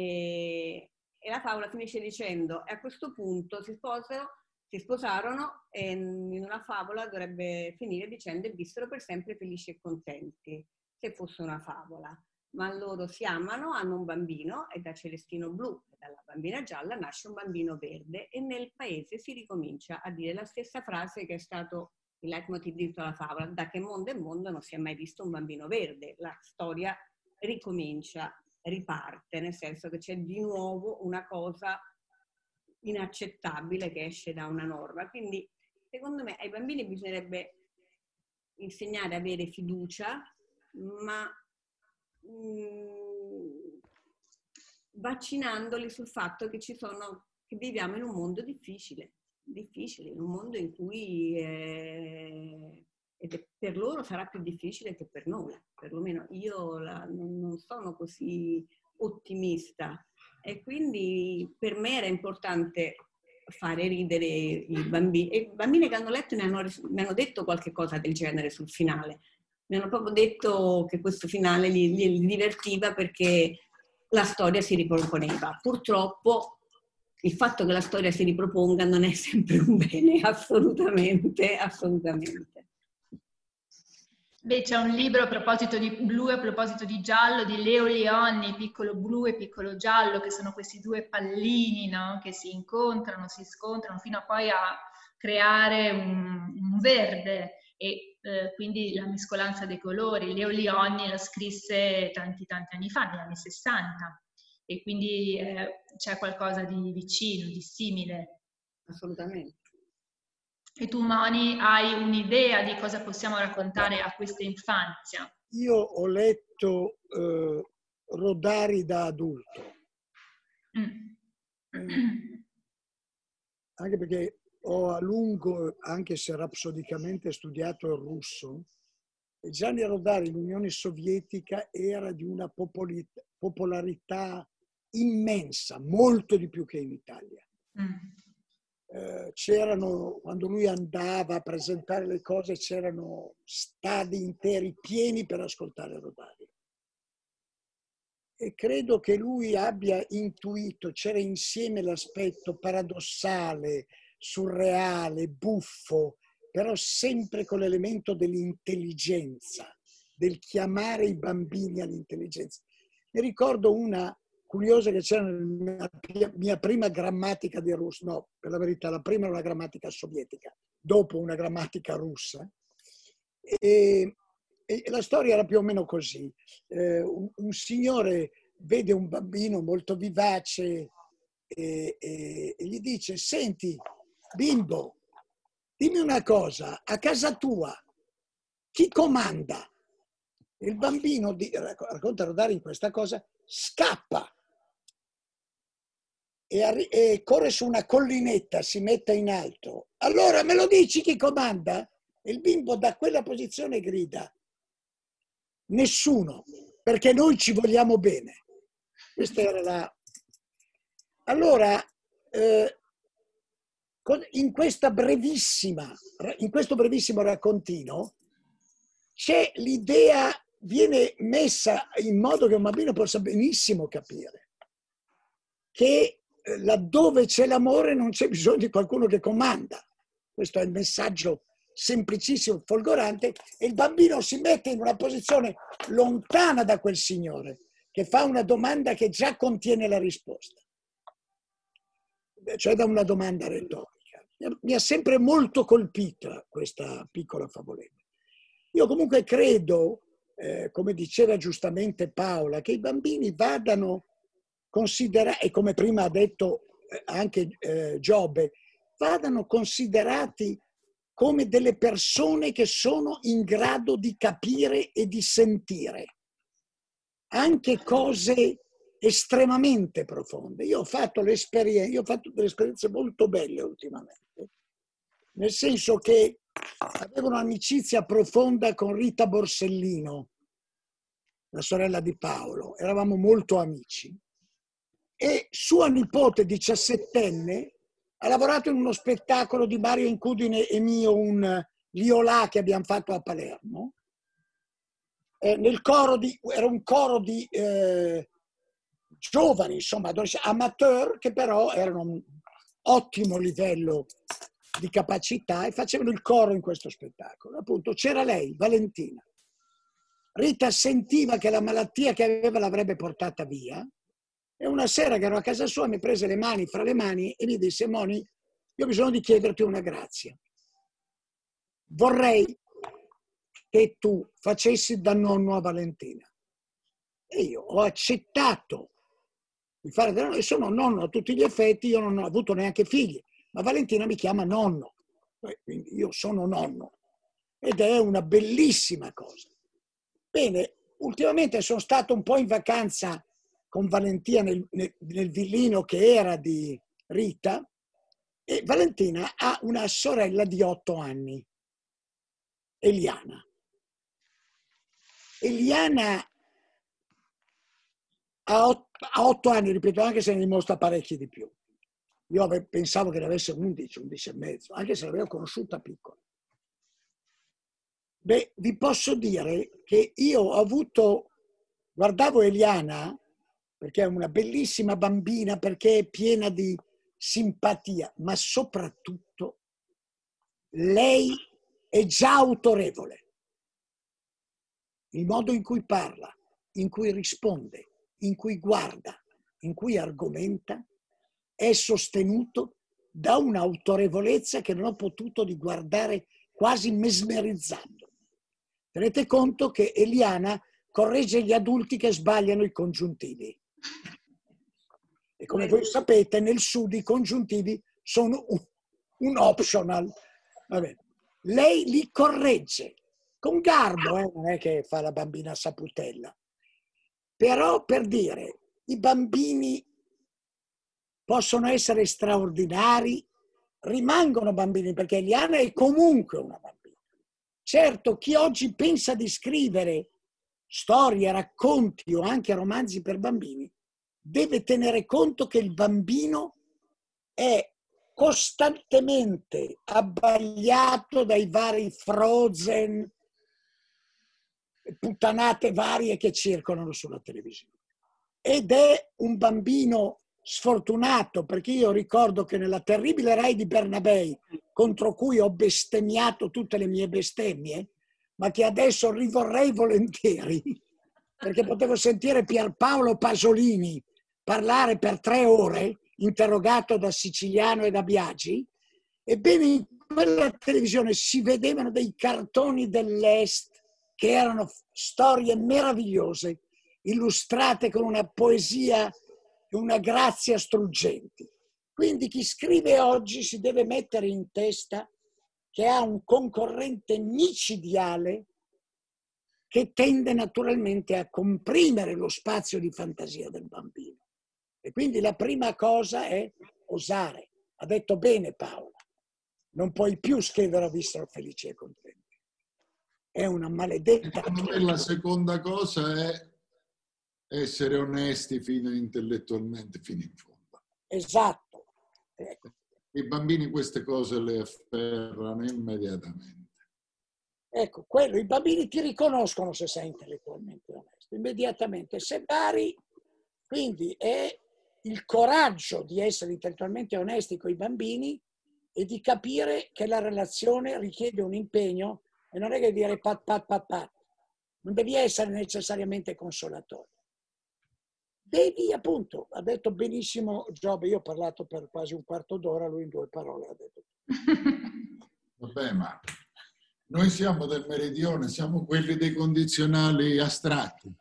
e E la favola finisce dicendo, e a questo punto si sposano, si sposarono e in una favola dovrebbe finire dicendo e vissero per sempre felici e contenti, se fosse una favola. Ma loro si amano, hanno un bambino e da Celestino blu e dalla bambina gialla nasce un bambino verde e nel paese si ricomincia a dire la stessa frase che è stato il leitmotiv di tutta la favola, da che mondo è mondo non si è mai visto un bambino verde. La storia ricomincia, riparte, nel senso che c'è di nuovo una cosa inaccettabile che esce da una norma. Quindi secondo me ai bambini bisognerebbe insegnare a avere fiducia, ma mh, vaccinandoli sul fatto che ci sono, che viviamo in un mondo difficile, difficile, in un mondo in cui eh, ed per loro sarà più difficile che per noi, perlomeno io la, non, non sono così ottimista e quindi per me era importante fare ridere i bambini. E i bambini che hanno letto mi hanno, mi hanno detto qualche cosa del genere sul finale, mi hanno proprio detto che questo finale li, li divertiva perché la storia si riproponeva. Purtroppo il fatto che la storia si riproponga non è sempre un bene, assolutamente, assolutamente. Beh, c'è un libro a proposito di blu e a proposito di giallo di Leo Lionni, Piccolo Blu e Piccolo Giallo, che sono questi due pallini, no? Che si incontrano, si scontrano fino a poi a creare un, un verde e eh, quindi la mescolanza dei colori. Leo Lionni la scrisse tanti tanti anni fa, negli anni sessanta, e quindi eh, c'è qualcosa di vicino, di simile. Assolutamente. E tu, Moni, hai un'idea di cosa possiamo raccontare a questa infanzia? Io ho letto eh, Rodari da adulto. Mm. Eh, anche perché ho a lungo, anche se rapsodicamente, studiato il russo, e Gianni Rodari, l'Unione Sovietica, era di una popolarità immensa, molto di più che in Italia. Mm. Eh, c'erano, quando lui andava a presentare le cose, c'erano stadi interi pieni per ascoltare Rodari. E credo che lui abbia intuito, c'era insieme l'aspetto paradossale, surreale, buffo, però sempre con l'elemento dell'intelligenza, del chiamare i bambini all'intelligenza. Mi ricordo una curiosa che c'era nella mia, mia prima grammatica di russo, no, per la verità la prima era una grammatica sovietica, dopo una grammatica russa, E, e la storia era più o meno così. Eh, un, un signore vede un bambino molto vivace e, e, e gli dice: senti, bimbo, dimmi una cosa, a casa tua chi comanda? Il bambino, di, racconta Rodari in questa cosa, scappa e, arri- e corre su una collinetta, si mette in alto. Allora me lo dici chi comanda? E il bimbo da quella posizione grida: nessuno, perché noi ci vogliamo bene. Questa era la... Allora, eh, in questa brevissima, in questo brevissimo raccontino c'è l'idea, viene messa in modo che un bambino possa benissimo capire che laddove c'è l'amore non c'è bisogno di qualcuno che comanda. Questo è il messaggio semplicissimo, folgorante, e il bambino si mette in una posizione lontana da quel signore che fa una domanda che già contiene la risposta, cioè da una domanda retorica. Mi ha sempre molto colpita questa piccola favoletta. Io comunque credo, eh, come diceva giustamente Paola, che i bambini vadano considerati, e come prima ha detto anche eh, Giobbe, vadano considerati come delle persone che sono in grado di capire e di sentire anche cose estremamente profonde. Io ho fatto l'esperienza, io ho fatto delle esperienze molto belle ultimamente, nel senso che avevo un'amicizia profonda con Rita Borsellino, la sorella di Paolo, eravamo molto amici, e sua nipote diciassettenne ha lavorato in uno spettacolo di Mario Incudine e mio, un Liolà che abbiamo fatto a Palermo. Eh, nel coro di, era un coro di eh, giovani, insomma, amateur, che però erano un ottimo livello di capacità e facevano il coro in questo spettacolo. Appunto, c'era lei, Valentina. Rita sentiva che la malattia che aveva l'avrebbe portata via. E una sera che ero a casa sua mi prese le mani fra le mani e mi disse: Moni, io ho bisogno di chiederti una grazia. Vorrei che tu facessi da nonno a Valentina. E io ho accettato di fare da nonno, e sono nonno a tutti gli effetti, io non ho avuto neanche figli, ma Valentina mi chiama nonno, quindi io sono nonno, ed è una bellissima cosa. Bene, ultimamente sono stato un po' in vacanza con Valentina nel, nel, nel villino che era di Rita, e Valentina ha una sorella di otto anni, Eliana. Eliana ha otto, ha otto anni, ripeto, anche se ne dimostra parecchi di più. Io ave, pensavo che ne avesse undici, undici e mezzo, anche se l'avevo conosciuta piccola. Beh, vi posso dire che io ho avuto, guardavo Eliana, perché è una bellissima bambina, perché è piena di simpatia, ma soprattutto lei è già autorevole. Il modo in cui parla, in cui risponde, in cui guarda, in cui argomenta, è sostenuto da un'autorevolezza che non ho potuto di guardare quasi mesmerizzando. Tenete conto che Eliana corregge gli adulti che sbagliano i congiuntivi. E come voi sapete, nel sud i congiuntivi sono un, un optional. Vabbè. Lei li corregge con garbo, eh? Non è che fa la bambina saputella. Però, per dire, i bambini possono essere straordinari, rimangono bambini, perché Eliana è comunque una bambina. Certo, chi oggi pensa di scrivere storie, racconti o anche romanzi per bambini deve tenere conto che il bambino è costantemente abbagliato dai vari Frozen, puttanate varie che circolano sulla televisione. Ed è un bambino sfortunato, perché io ricordo che nella terribile Rai di Bernabei, contro cui ho bestemmiato tutte le mie bestemmie, ma che adesso rivorrei volentieri, perché potevo sentire Pierpaolo Pasolini parlare per tre ore, interrogato da Siciliano e da Biagi. Ebbene, quella televisione si vedevano dei cartoni dell'Est che erano storie meravigliose, illustrate con una poesia e una grazia struggenti. Quindi chi scrive oggi si deve mettere in testa che ha un concorrente micidiale che tende naturalmente a comprimere lo spazio di fantasia del bambino. E quindi la prima cosa è osare. Ha detto bene Paola, non puoi più scrivere a vissero felici e contenti. È una maledetta... Secondo me la seconda cosa è essere onesti fino intellettualmente fino in fondo. Esatto. Ecco. I bambini queste cose le afferrano immediatamente. Ecco, quello, i bambini ti riconoscono se sei intellettualmente onesto, immediatamente. Se vari, quindi è il coraggio di essere intellettualmente onesti con i bambini e di capire che la relazione richiede un impegno e non è che dire pat pat pat pat. Non devi essere necessariamente consolatorio. Devi, appunto, ha detto benissimo Giobbe, io ho parlato per quasi un quarto d'ora, lui in due parole ha detto. Vabbè, ma noi siamo del meridione, siamo quelli dei condizionali astratti.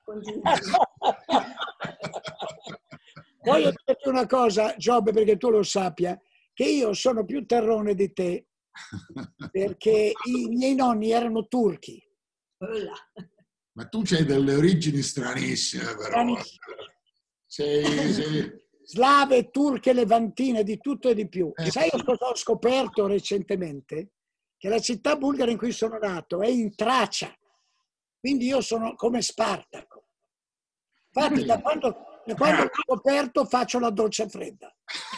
Voglio dirti una cosa, Giobbe, perché tu lo sappia, che io sono più terrone di te, perché i miei nonni erano turchi. Ma tu c'hai delle origini stranissime, però. Stranissime. Sei, sei... Slave, turche, levantine, di tutto e di più. Eh, Sai sì. cosa ho scoperto recentemente? Che la città bulgara in cui sono nato è in Tracia. Quindi io sono come Spartaco. Infatti, da quando, da quando l'ho scoperto faccio la doccia fredda.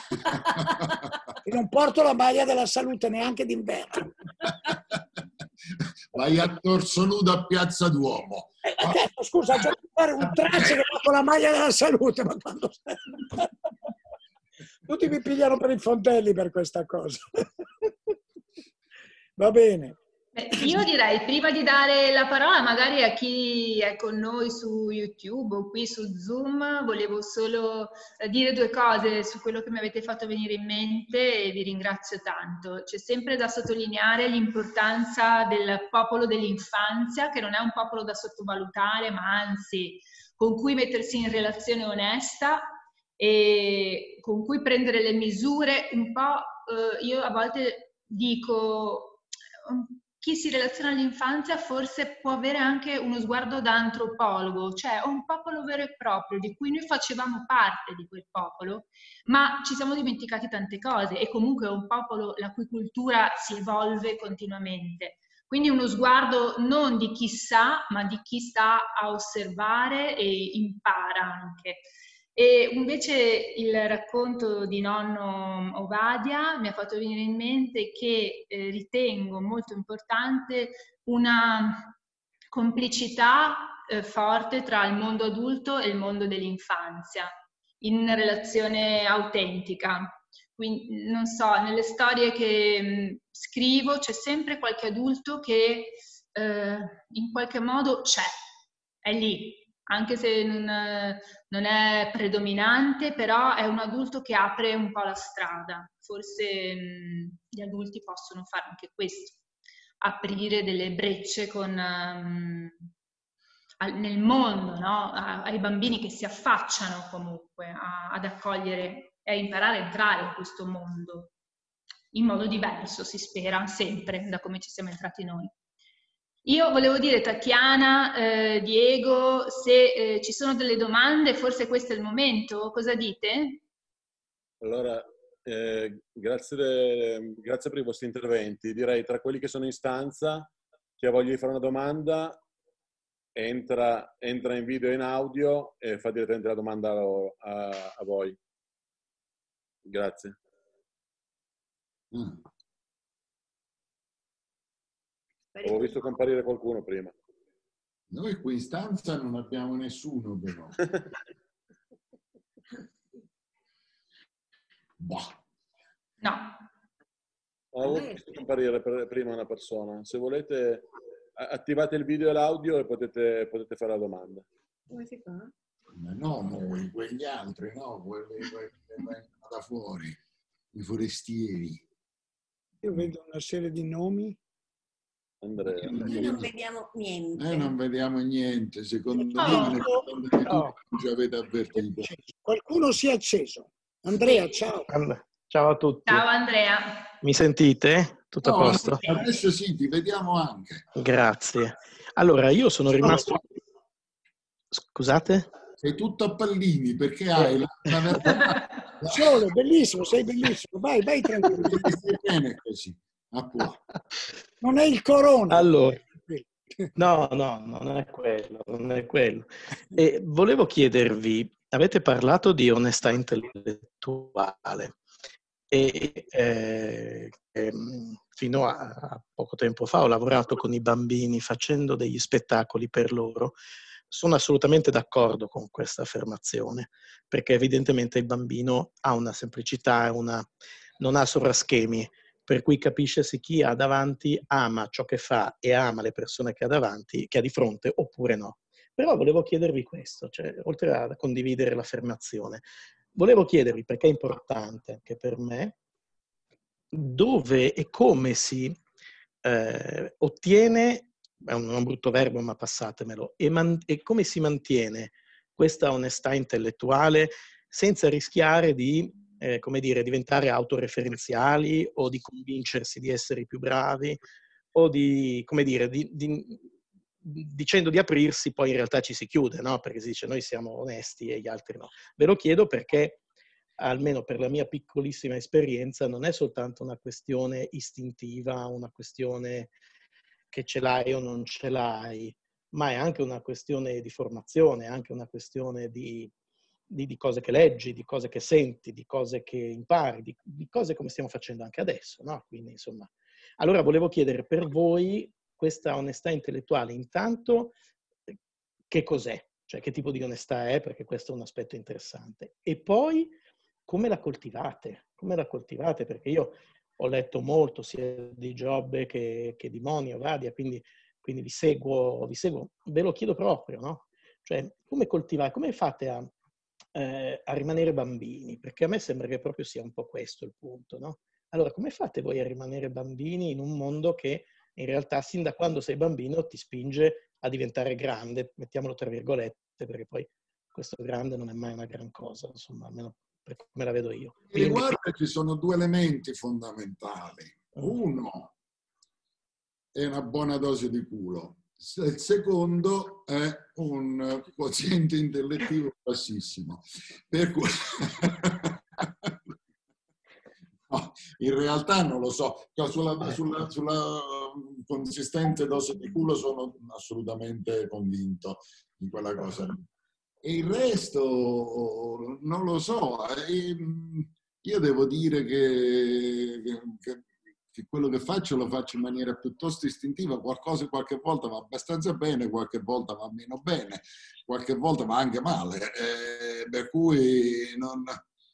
E non porto la maglia della salute neanche d'inverno. Vai a torso nudo a Piazza Duomo. Eh, adesso, scusa, c'è da fare un Tracia che va con la maglia della salute, ma quando... Tutti mi pigliano per i fondelli per questa cosa. Va bene. Beh, io direi, prima di dare la parola magari a chi è con noi su YouTube o qui su Zoom, volevo solo dire due cose su quello che mi avete fatto venire in mente e vi ringrazio tanto. C'è sempre da sottolineare l'importanza del popolo dell'infanzia, che non è un popolo da sottovalutare, ma anzi con cui mettersi in relazione onesta e con cui prendere le misure un po', eh, io a volte dico... chi si relaziona all'infanzia forse può avere anche uno sguardo da antropologo, cioè un popolo vero e proprio di cui noi facevamo parte di quel popolo, ma ci siamo dimenticati tante cose e comunque è un popolo la cui cultura si evolve continuamente. Quindi uno sguardo non di chi sa, ma di chi sta a osservare e impara anche. E invece il racconto di nonno Ovadia mi ha fatto venire in mente che eh, ritengo molto importante una complicità eh, forte tra il mondo adulto e il mondo dell'infanzia, in una relazione autentica. Quindi, non so, nelle storie che mh, scrivo c'è sempre qualche adulto che eh, in qualche modo c'è, è lì. Anche se non, non è predominante, però è un adulto che apre un po' la strada. Forse mh, gli adulti possono fare anche questo, aprire delle brecce con, um, al, nel mondo, no? a, ai bambini che si affacciano comunque a, ad accogliere e a imparare a entrare in questo mondo, in modo diverso, si spera, sempre, da come ci siamo entrati noi. Io volevo dire, Tatiana, eh, Diego, se eh, ci sono delle domande, forse questo è il momento, cosa dite? Allora, eh, grazie, de, grazie per i vostri interventi. Direi tra quelli che sono in stanza, chi ha voglia di fare una domanda, entra, entra in video e in audio e fa direttamente la domanda a, a, a voi. Grazie. Mm. Ho visto comparire qualcuno prima. Noi qui in stanza non abbiamo nessuno, però. Boh. No. Ho visto comparire per, prima una persona. Se volete, attivate il video e l'audio e potete, potete fare la domanda. Come si fa? Ma no, noi, quegli altri, no, quelli, quelli che vengono da fuori, i forestieri. Io vedo una serie di nomi. Andrea. Noi non vediamo niente. Noi non vediamo niente, secondo me Oh. ne parlando di No. tutto, non ci avete avvertito. Qualcuno si è acceso. Andrea, ciao. Ciao a tutti. Ciao Andrea. Mi sentite? Tutto a No, posto? adesso sì, ti vediamo anche. Grazie. Allora, io sono rimasto... Scusate? Sei tutto a pallini perché hai la, la verdad- Sole, bellissimo, sei bellissimo. Vai, vai tranquillo. Stai bene così. A posto. Non è il corona. Allora, no, no, non è quello, non è quello. E volevo chiedervi, avete parlato di onestà intellettuale e eh, ehm, fino a, a poco tempo fa ho lavorato con i bambini facendo degli spettacoli per loro. Sono assolutamente d'accordo con questa affermazione, perché evidentemente il bambino ha una semplicità, una, non ha sovraschemi, per cui capisce se chi ha davanti ama ciò che fa e ama le persone che ha davanti, che ha di fronte, oppure no. Però volevo chiedervi questo, cioè, oltre a condividere l'affermazione, volevo chiedervi, perché è importante anche per me, dove e come si eh, ottiene, è un, un brutto verbo ma passatemelo, e, man, e come si mantiene questa onestà intellettuale senza rischiare di, eh, come dire, diventare autoreferenziali o di convincersi di essere i più bravi o di, come dire, di, di, dicendo di aprirsi poi in realtà ci si chiude, no? Perché si dice noi siamo onesti e gli altri no. Ve lo chiedo perché, almeno per la mia piccolissima esperienza, non è soltanto una questione istintiva, una questione che ce l'hai o non ce l'hai, ma è anche una questione di formazione, anche una questione di, di, di cose che leggi, di cose che senti, di cose che impari, di, di cose come stiamo facendo anche adesso, no? Quindi, insomma, allora volevo chiedere per voi questa onestà intellettuale, intanto, che cos'è? Cioè, che tipo di onestà è? Perché questo è un aspetto interessante. E poi, come la coltivate? Come la coltivate? Perché io ho letto molto sia di Giobbe che, che di Monio, Vadia, quindi, quindi vi seguo, vi seguo, ve lo chiedo proprio, no? Cioè, come coltivate, come fate a, eh, a rimanere bambini? Perché a me sembra che proprio sia un po' questo il punto, no? Allora, come fate voi a rimanere bambini in un mondo che in realtà, sin da quando sei bambino, ti spinge a diventare grande, mettiamolo tra virgolette, perché poi questo grande non è mai una gran cosa, insomma, almeno per come la vedo io. Mi riguarda, ci sono due elementi fondamentali. Uno è una buona dose di culo. Il secondo è un quoziente intellettivo bassissimo. Per cui... No, in realtà non lo so. Sulla, sulla, sulla consistente dose di culo sono assolutamente convinto di quella cosa. E il resto non lo so. Io devo dire che, che, che quello che faccio lo faccio in maniera piuttosto istintiva. Qualcosa qualche volta va abbastanza bene, qualche volta va meno bene, qualche volta va anche male. Eh, per cui non,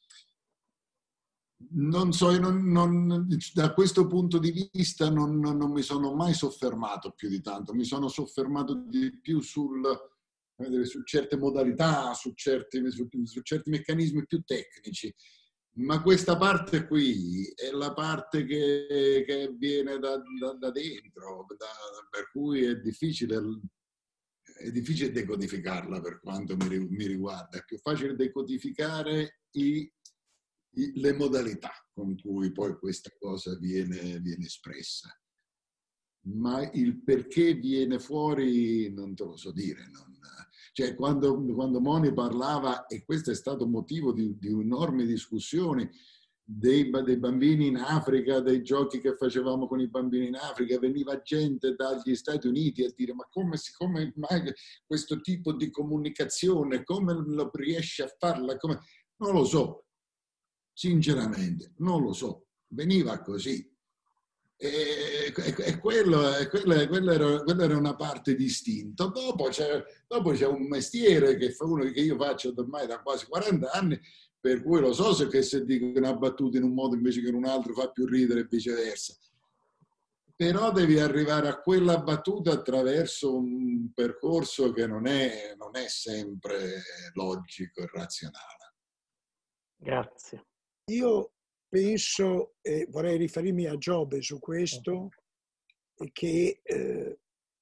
non so, non, non, da questo punto di vista non, non mi sono mai soffermato più di tanto. Mi sono soffermato di più sul... su certe modalità, su certi, su, su certi meccanismi più tecnici. Ma questa parte qui è la parte che, che viene da, da, da dentro, da, per cui è difficile, è difficile decodificarla per quanto mi, mi riguarda. È più facile decodificare i, i, le modalità con cui poi questa cosa viene, viene espressa. Ma il perché viene fuori non te lo so dire. Non, cioè, quando, quando Moni parlava, e questo è stato motivo di, di enormi discussioni, dei, dei bambini in Africa, dei giochi che facevamo con i bambini in Africa, veniva gente dagli Stati Uniti a dire ma come, come mai questo tipo di comunicazione, come lo riesce a farla? Come... Non lo so, sinceramente, non lo so. Veniva così. E, e, e quello, e quello, quello era, quello era una parte di istinto. Dopo c'è, dopo c'è un mestiere che, fa uno, che io faccio ormai da quasi quaranta anni, per cui lo so se, che se dico una battuta in un modo invece che in un altro fa più ridere e viceversa. Però devi arrivare a quella battuta attraverso un percorso che non è, non è sempre logico e razionale. Grazie. Io penso, e vorrei riferirmi a Giobbe su questo, che eh,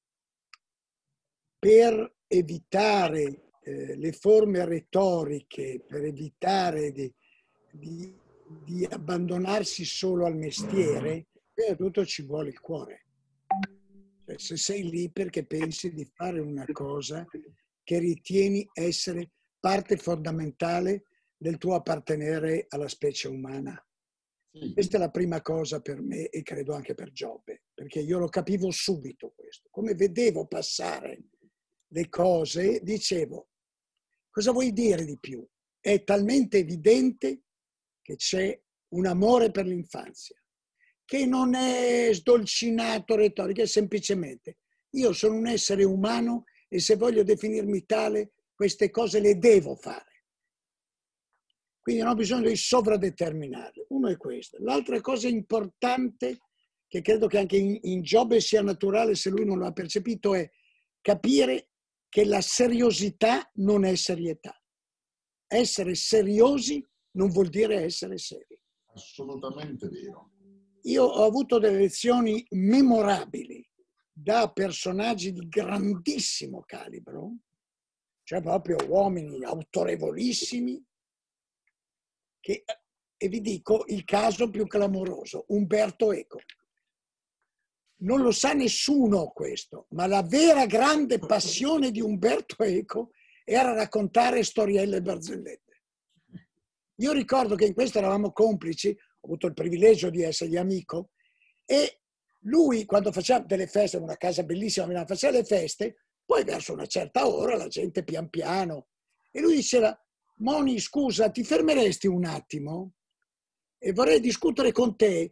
per evitare eh, le forme retoriche, per evitare di, di, di abbandonarsi solo al mestiere, prima di tutto ci vuole il cuore. Cioè, se sei lì perché pensi di fare una cosa che ritieni essere parte fondamentale del tuo appartenere alla specie umana. Questa è la prima cosa per me e credo anche per Giobbe, perché io lo capivo subito questo. Come vedevo passare le cose, dicevo, cosa vuoi dire di più? È talmente evidente che c'è un amore per l'infanzia, che non è sdolcinato, retorico, è semplicemente io sono un essere umano e se voglio definirmi tale, queste cose le devo fare. Quindi non ho bisogno di sovradeterminarle. Uno è questo. L'altra cosa importante, che credo che anche in, in Giobbe sia naturale se lui non lo ha percepito, è capire che la seriosità non è serietà. Essere seriosi non vuol dire essere seri. Assolutamente vero. Io ho avuto delle lezioni memorabili da personaggi di grandissimo calibro, cioè proprio uomini autorevolissimi, che, e vi dico il caso più clamoroso, Umberto Eco. Non lo sa nessuno questo, ma la vera grande passione di Umberto Eco era raccontare storielle e barzellette. Io ricordo che in questo eravamo complici, ho avuto il privilegio di essergli amico, e lui quando faceva delle feste, in una casa bellissima, faceva le feste, poi verso una certa ora la gente pian piano, e lui diceva: Moni, scusa, ti fermeresti un attimo? E vorrei discutere con te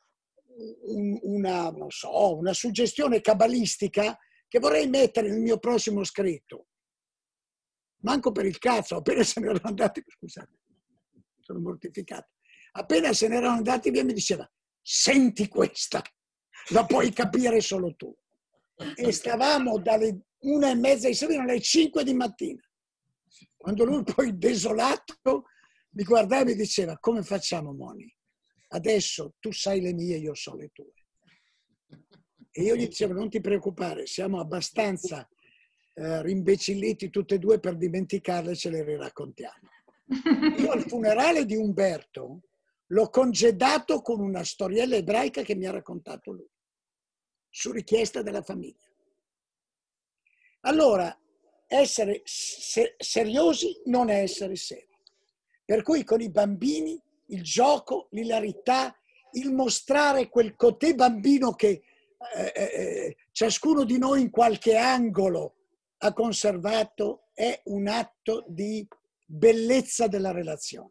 una, non so, una suggestione cabalistica che vorrei mettere nel mio prossimo scritto. Manco per il cazzo, appena se ne erano andati, scusate, sono mortificato. Appena se ne erano andati via mi diceva: senti questa, la puoi capire solo tu. E stavamo dalle una e mezza di sera alle cinque di mattina. Quando lui poi desolato mi guardava e mi diceva: come facciamo, Moni? Adesso tu sai le mie, io so le tue. E io gli dicevo: non ti preoccupare, siamo abbastanza eh, rimbecilliti tutte e due per dimenticarle, ce le riraccontiamo. Io al funerale di Umberto l'ho congedato con una storiella ebraica che mi ha raccontato lui, su richiesta della famiglia. Allora, essere se- seriosi non è essere seri. Per cui con i bambini il gioco, l'ilarità, il mostrare quel cotè bambino che eh, eh, ciascuno di noi in qualche angolo ha conservato è un atto di bellezza della relazione.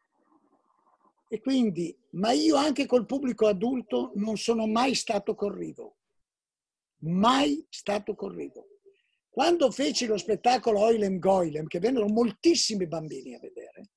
E quindi, ma io anche col pubblico adulto non sono mai stato corrivo. Mai stato corrivo. Quando feci lo spettacolo Oilem Goilem, che vennero moltissimi bambini a vedere,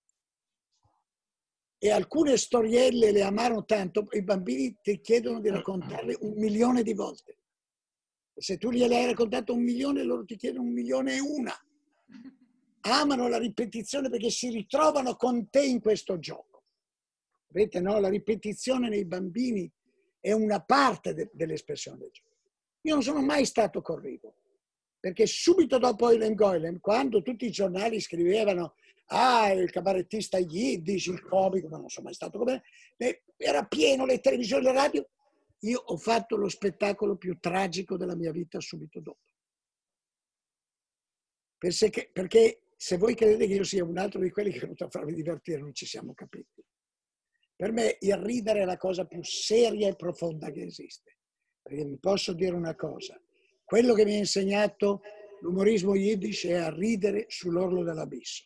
e alcune storielle le amarono tanto, i bambini ti chiedono di raccontarle un milione di volte. Se tu gliele hai raccontato un milione, loro ti chiedono un milione e una. Amano la ripetizione perché si ritrovano con te in questo gioco. Vedete, no? La ripetizione nei bambini è una parte de- dell'espressione del gioco. Io non sono mai stato corrivo, perché subito dopo Oilem Goilem, quando tutti i giornali scrivevano ah, il cabarettista Yiddish, il comico, ma non sono mai stato come... Era pieno le televisioni, le radio. Io ho fatto lo spettacolo più tragico della mia vita subito dopo. Perché, perché se voi credete che io sia un altro di quelli che è venuto a farvi divertire, non ci siamo capiti. Per me il ridere è la cosa più seria e profonda che esiste. Perché vi posso dire una cosa. Quello che mi ha insegnato l'umorismo Yiddish è a ridere sull'orlo dell'abisso.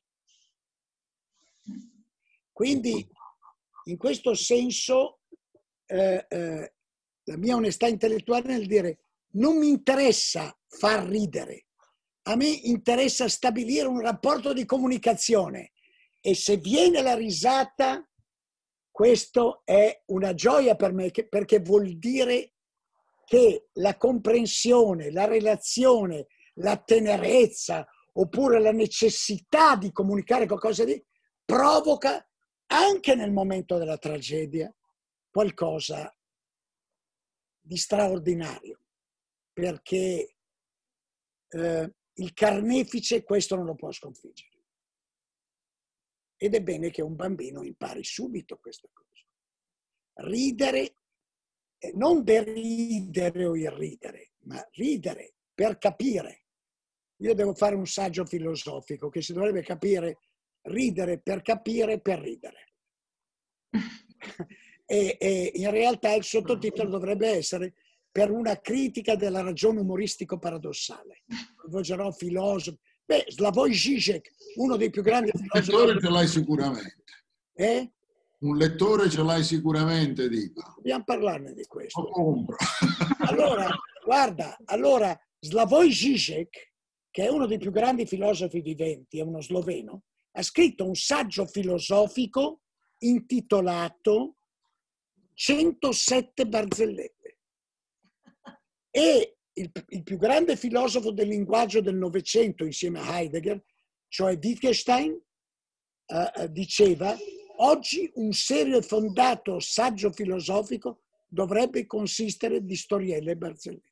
Quindi, in questo senso, eh, eh, la mia onestà intellettuale nel dire non mi interessa far ridere, a me interessa stabilire un rapporto di comunicazione e se viene la risata, questo è una gioia per me perché vuol dire che la comprensione, la relazione, la tenerezza oppure la necessità di comunicare qualcosa di provoca anche nel momento della tragedia, qualcosa di straordinario, perché eh, il carnefice questo non lo può sconfiggere. Ed è bene che un bambino impari subito questa cosa. Ridere, eh, non deridere o irridere, ma ridere per capire. Io devo fare un saggio filosofico che si dovrebbe capire ridere per capire per ridere. e, e in realtà il sottotitolo dovrebbe essere per una critica della ragione umoristico-paradossale. Coinvolgerò filosofi. Beh, Slavoj Žižek, uno dei più grandi filosofi. Un lettore ce l'hai sicuramente. Eh? Un lettore ce l'hai sicuramente, dico. Dobbiamo parlarne di questo. Lo compro. Allora, guarda, allora Slavoj Žižek, che è uno dei più grandi filosofi viventi, è uno sloveno, ha scritto un saggio filosofico intitolato centosette barzellette. E il, il più grande filosofo del linguaggio del Novecento, insieme a Heidegger, cioè Wittgenstein, eh, diceva: oggi un serio e fondato saggio filosofico dovrebbe consistere di storielle e barzellette.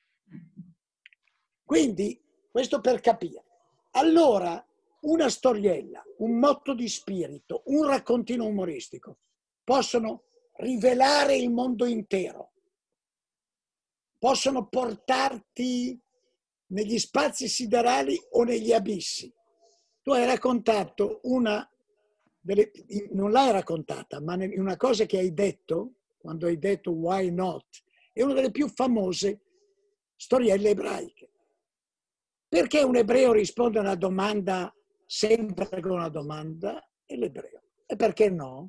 Quindi, questo per capire. Allora, una storiella, un motto di spirito, un raccontino umoristico possono rivelare il mondo intero, possono portarti negli spazi siderali o negli abissi. Tu hai raccontato una, delle, non l'hai raccontata, ma una cosa che hai detto, quando hai detto why not, è una delle più famose storielle ebraiche. Perché un ebreo risponde a una domanda sempre con una domanda? È l'ebreo. E perché no?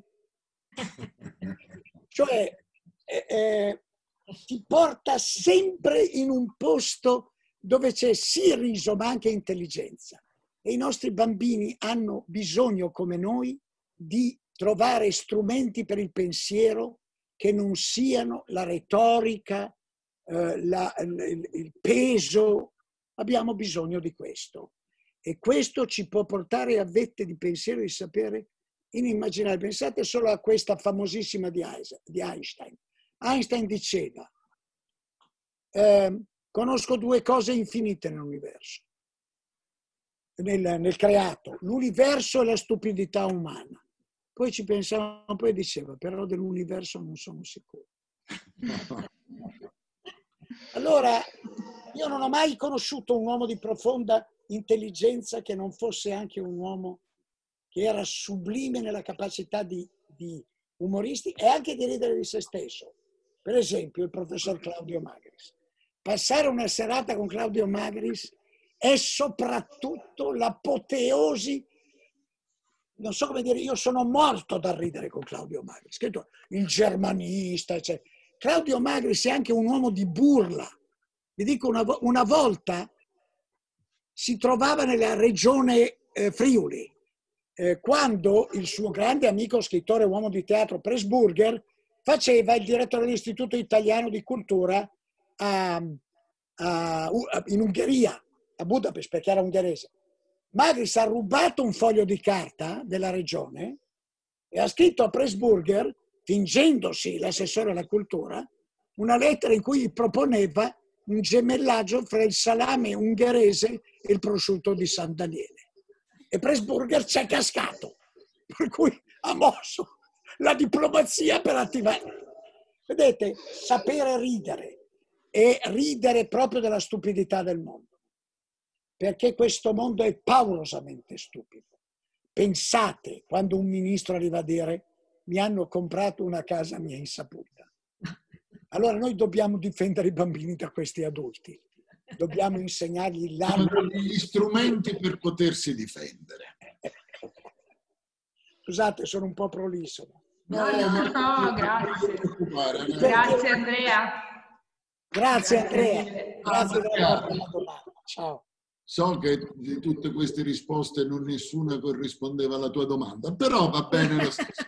Cioè, eh, eh, ti porta sempre in un posto dove c'è sì riso ma anche intelligenza. E i nostri bambini hanno bisogno, come noi, di trovare strumenti per il pensiero che non siano la retorica, eh, la, il, il peso. Abbiamo bisogno di questo. E questo ci può portare a vette di pensiero e di sapere inimmaginabili. Pensate solo a questa famosissima di Einstein. Einstein diceva: eh, conosco due cose infinite nell'universo, nel, nel creato, l'universo e la stupidità umana. Poi ci pensava, poi diceva, però dell'universo non sono sicuro. Allora, io non ho mai conosciuto un uomo di profonda intelligenza che non fosse anche un uomo che era sublime nella capacità di, di umoristica e anche di ridere di se stesso. Per esempio, il professor Claudio Magris. Passare una serata con Claudio Magris è soprattutto l'apoteosi. Non so come dire, io sono morto da ridere con Claudio Magris. Scritto il germanista, eccetera. Claudio Magris è anche un uomo di burla. Vi dico, una, una volta si trovava nella regione eh, Friuli, eh, quando il suo grande amico, scrittore, uomo di teatro, Pressburger, faceva il direttore dell'Istituto Italiano di Cultura a, a, in Ungheria, a Budapest, perché era ungherese. Magris ha rubato un foglio di carta della regione e ha scritto a Pressburger, fingendosi l'assessore alla cultura, una lettera in cui proponeva un gemellaggio fra il salame ungherese e il prosciutto di San Daniele. E Pressburger ci è cascato, per cui ha mosso la diplomazia per attivare. Vedete, sapere ridere e ridere proprio della stupidità del mondo, perché questo mondo è paurosamente stupido. Pensate quando un ministro arriva a dire: mi hanno comprato una casa a mia insaputa. Allora noi dobbiamo difendere i bambini da questi adulti, dobbiamo insegnargli l'arma. Gli strumenti per potersi difendere. Scusate, sono un po' prolisso. No, no, no, no, grazie. Grazie Andrea. Grazie Andrea. Grazie della domanda. Ciao. So che di tutte queste risposte non nessuna corrispondeva alla tua domanda, però va bene lo stesso.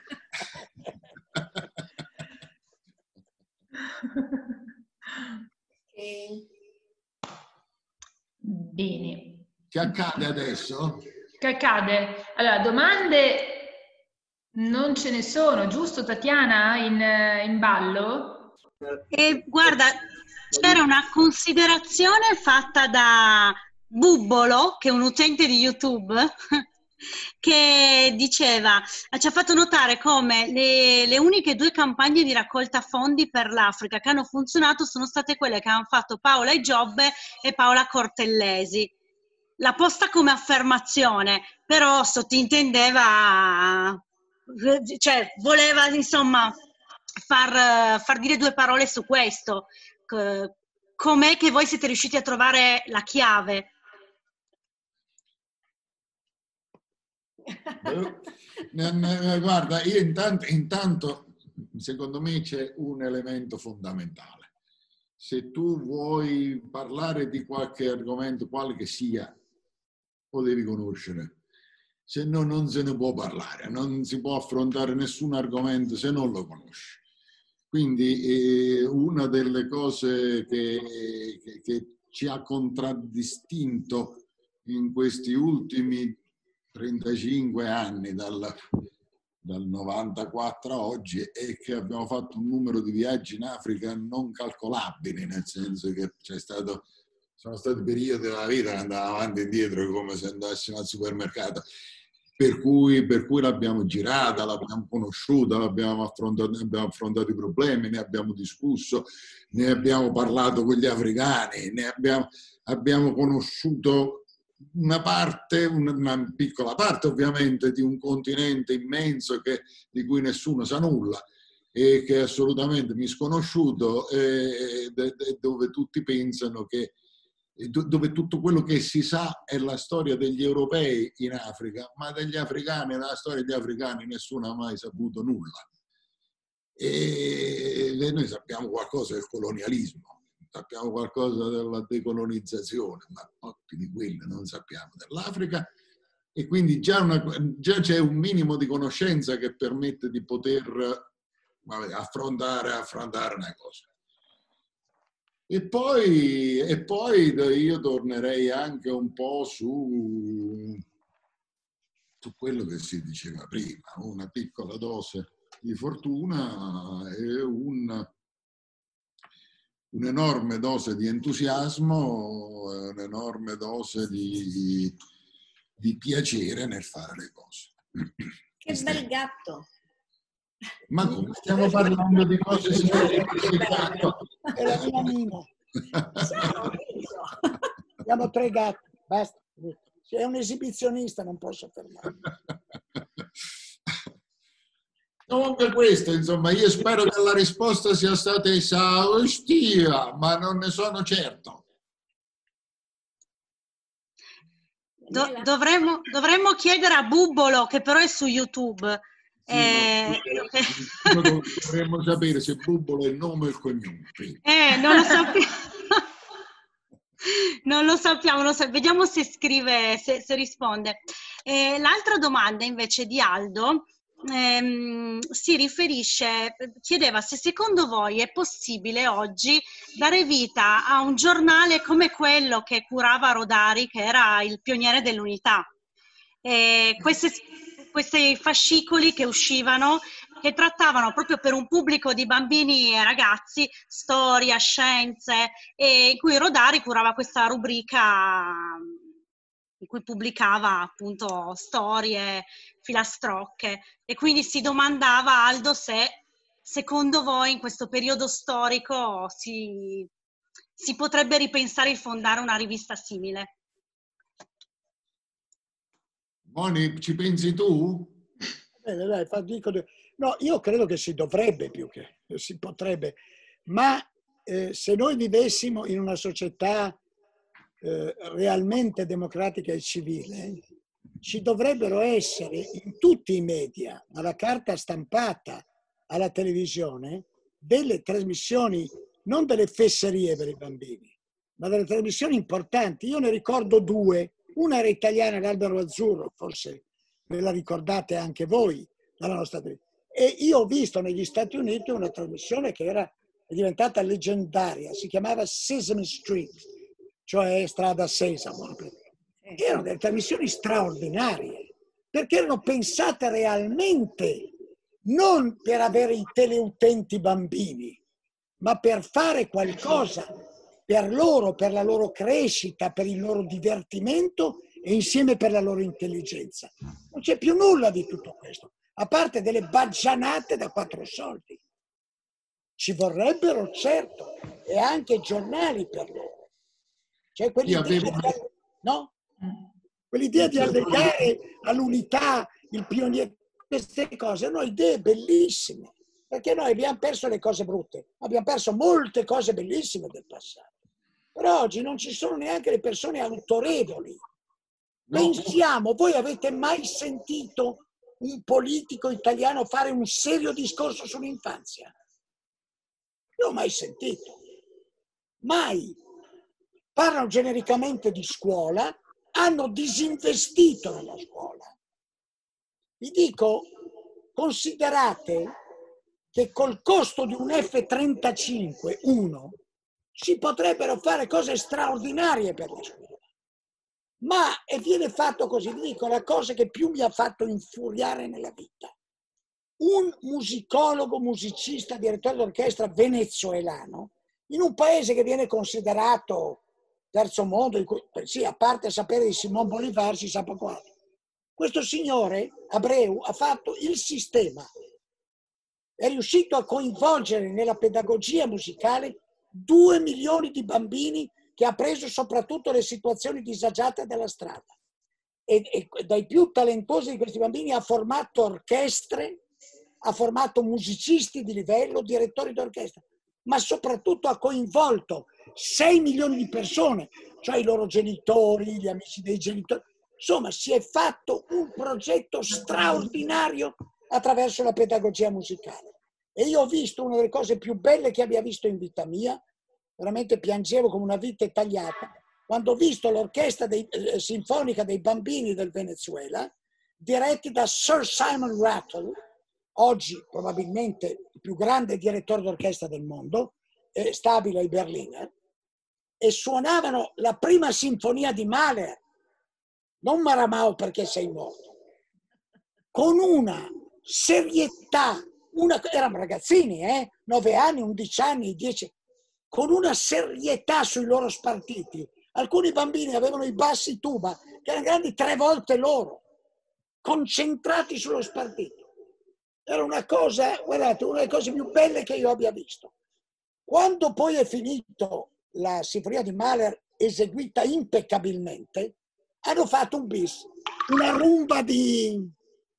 Bene. Che accade adesso? Che accade? Allora, domande Non ce ne sono, giusto Tatiana, in, in ballo? E guarda, c'era una considerazione fatta da Bubbolo, che è un utente di YouTube, che diceva, ci ha fatto notare come le, le uniche due campagne di raccolta fondi per l'Africa che hanno funzionato sono state quelle che hanno fatto Paola Igiobbe e Paola Cortellesi. L'ha posta come affermazione, però sottintendeva, cioè voleva insomma far, far dire due parole su questo. Com'è che voi siete riusciti a trovare la chiave? Guarda, io intanto, intanto secondo me c'è un elemento fondamentale. Se tu vuoi parlare di qualche argomento, quale che sia, lo devi conoscere, se no non se ne può parlare, non si può affrontare nessun argomento se non lo conosci. Quindi eh, una delle cose che, che, che ci ha contraddistinto in questi ultimi trentacinque anni, dal, dal novantaquattro a oggi, è che abbiamo fatto un numero di viaggi in Africa non calcolabili, nel senso che c'è stato, sono stati periodi della vita che andavamo avanti e indietro come se andassimo al supermercato, per cui, per cui l'abbiamo girata, l'abbiamo conosciuta, l'abbiamo affrontato, ne abbiamo affrontato i problemi, ne abbiamo discusso, ne abbiamo parlato con gli africani, ne abbiamo, abbiamo conosciuto una parte, una, una piccola parte ovviamente di un continente immenso che, di cui nessuno sa nulla e che è assolutamente misconosciuto, e, e, e dove tutti pensano che, dove tutto quello che si sa è la storia degli europei in Africa, ma degli africani, della storia degli africani nessuno ha mai saputo nulla. E noi sappiamo qualcosa del colonialismo, sappiamo qualcosa della decolonizzazione, ma pochi di quelli non sappiamo dell'Africa, e quindi già, una, già c'è un minimo di conoscenza che permette di poter vabbè, affrontare, affrontare una cosa. E poi, e poi io tornerei anche un po' su, su quello che si diceva prima, una piccola dose di fortuna e un un'enorme dose di entusiasmo, un'enorme dose di, di piacere nel fare le cose. Che bel gatto! Ma come stiamo parlando di cose serie? È la mia Nina. Abbiamo tre gatti, basta. È un esibizionista, non posso fermarmi. Comunque questo, insomma, io spero che la risposta sia stata esaustiva, ma non ne sono certo. Do, dovremmo, dovremmo chiedere a Bubbolo, che però è su YouTube. Sì, eh, no, dovremmo sapere se Bubbolo è il nome o il cognome. Eh, non lo sappiamo. Non lo sappiamo, lo sa- vediamo se scrive, se, se risponde. Eh, l'altra domanda invece di Aldo ehm, si riferisce, chiedeva se secondo voi è possibile oggi dare vita a un giornale come quello che curava Rodari, che era il pioniere dell'Unità. Eh, queste, questi fascicoli che uscivano, che trattavano proprio per un pubblico di bambini e ragazzi storia, scienze, e in cui Rodari curava questa rubrica in cui pubblicava appunto storie, filastrocche, e quindi si domandava, Aldo, se secondo voi in questo periodo storico si, si potrebbe ripensare il fondare una rivista simile. Moni, ci pensi tu? Bene, dai, fa, dico, no, io credo che si dovrebbe più che si potrebbe, ma eh, se noi vivessimo in una società eh, realmente democratica e civile, ci dovrebbero essere in tutti i media, dalla carta stampata alla televisione, delle trasmissioni, non delle fesserie per i bambini, ma delle trasmissioni importanti. Io ne ricordo due. Una era italiana, l'Albero Azzurro, forse ve la ricordate anche voi, dalla nostra televisione. E io ho visto negli Stati Uniti una trasmissione che era è diventata leggendaria, si chiamava Sesame Street, cioè Strada Sesamo. Erano delle trasmissioni straordinarie, perché erano pensate realmente non per avere i teleutenti bambini, ma per fare qualcosa per loro, per la loro crescita, per il loro divertimento e insieme per la loro intelligenza. Non c'è più nulla di tutto questo, a parte delle baggianate da quattro soldi. Ci vorrebbero, certo, e anche giornali per loro. Cioè quell'idea, avevo... di, no? quell'idea di allegare all'unità, il pioniere, queste cose, sono idee bellissime, perché noi abbiamo perso le cose brutte, abbiamo perso molte cose bellissime del passato. Però oggi non ci sono neanche le persone autorevoli. No. Pensiamo, voi avete mai sentito un politico italiano fare un serio discorso sull'infanzia? Non ho mai sentito. Mai. Parlano genericamente di scuola, hanno disinvestito nella scuola. Vi dico, considerate che col costo di un F trentacinque uno si potrebbero fare cose straordinarie per la scuola. Ma, e viene fatto così, vi dico, la cosa che più mi ha fatto infuriare nella vita. Un musicologo, musicista, direttore d'orchestra venezuelano, in un paese che viene considerato terzo mondo, in cui, sì, a parte sapere di Simon Bolivar, si sa poco altro. Questo signore, Abreu, ha fatto il sistema. È riuscito a coinvolgere nella pedagogia musicale due milioni di bambini, che ha preso soprattutto le situazioni disagiate della strada. E, e dai più talentuosi di questi bambini ha formato orchestre, ha formato musicisti di livello, direttori d'orchestra, ma soprattutto ha coinvolto sei milioni di persone, cioè i loro genitori, gli amici dei genitori. Insomma, si è fatto un progetto straordinario attraverso la pedagogia musicale. E io ho visto una delle cose più belle che abbia visto in vita mia, veramente piangevo come una vite tagliata, quando ho visto l'orchestra dei, eh, sinfonica dei bambini del Venezuela, diretti da Sir Simon Rattle, oggi probabilmente il più grande direttore d'orchestra del mondo, eh, stabile ai Berliner, e suonavano la prima sinfonia di Mahler, non Maramao perché sei morto, con una serietà, una, erano ragazzini, eh, nove anni, undici anni, dieci, con una serietà sui loro spartiti. Alcuni bambini avevano i bassi tuba, che erano grandi tre volte loro, concentrati sullo spartito. Era una cosa, guardate, una delle cose più belle che io abbia visto. Quando poi è finito la sinfonia di Mahler eseguita impeccabilmente, hanno fatto un bis, una rumba di,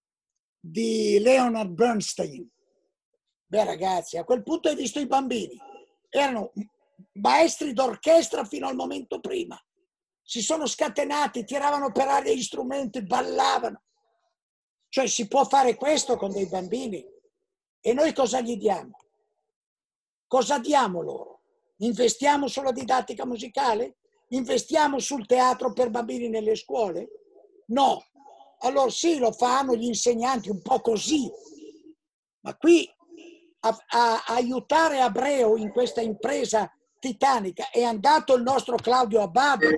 di Leonard Bernstein. Beh ragazzi, a quel punto hai visto i bambini. Erano maestri d'orchestra fino al momento prima. Si sono scatenati, tiravano per aria gli strumenti, ballavano. Cioè si può fare questo con dei bambini. E noi cosa gli diamo? Cosa diamo loro? Investiamo sulla didattica musicale? Investiamo sul teatro per bambini nelle scuole? No. Allora sì, lo fanno gli insegnanti un po' così. Ma qui a, a aiutare Abreu in questa impresa titanica è andato il nostro Claudio Abbado.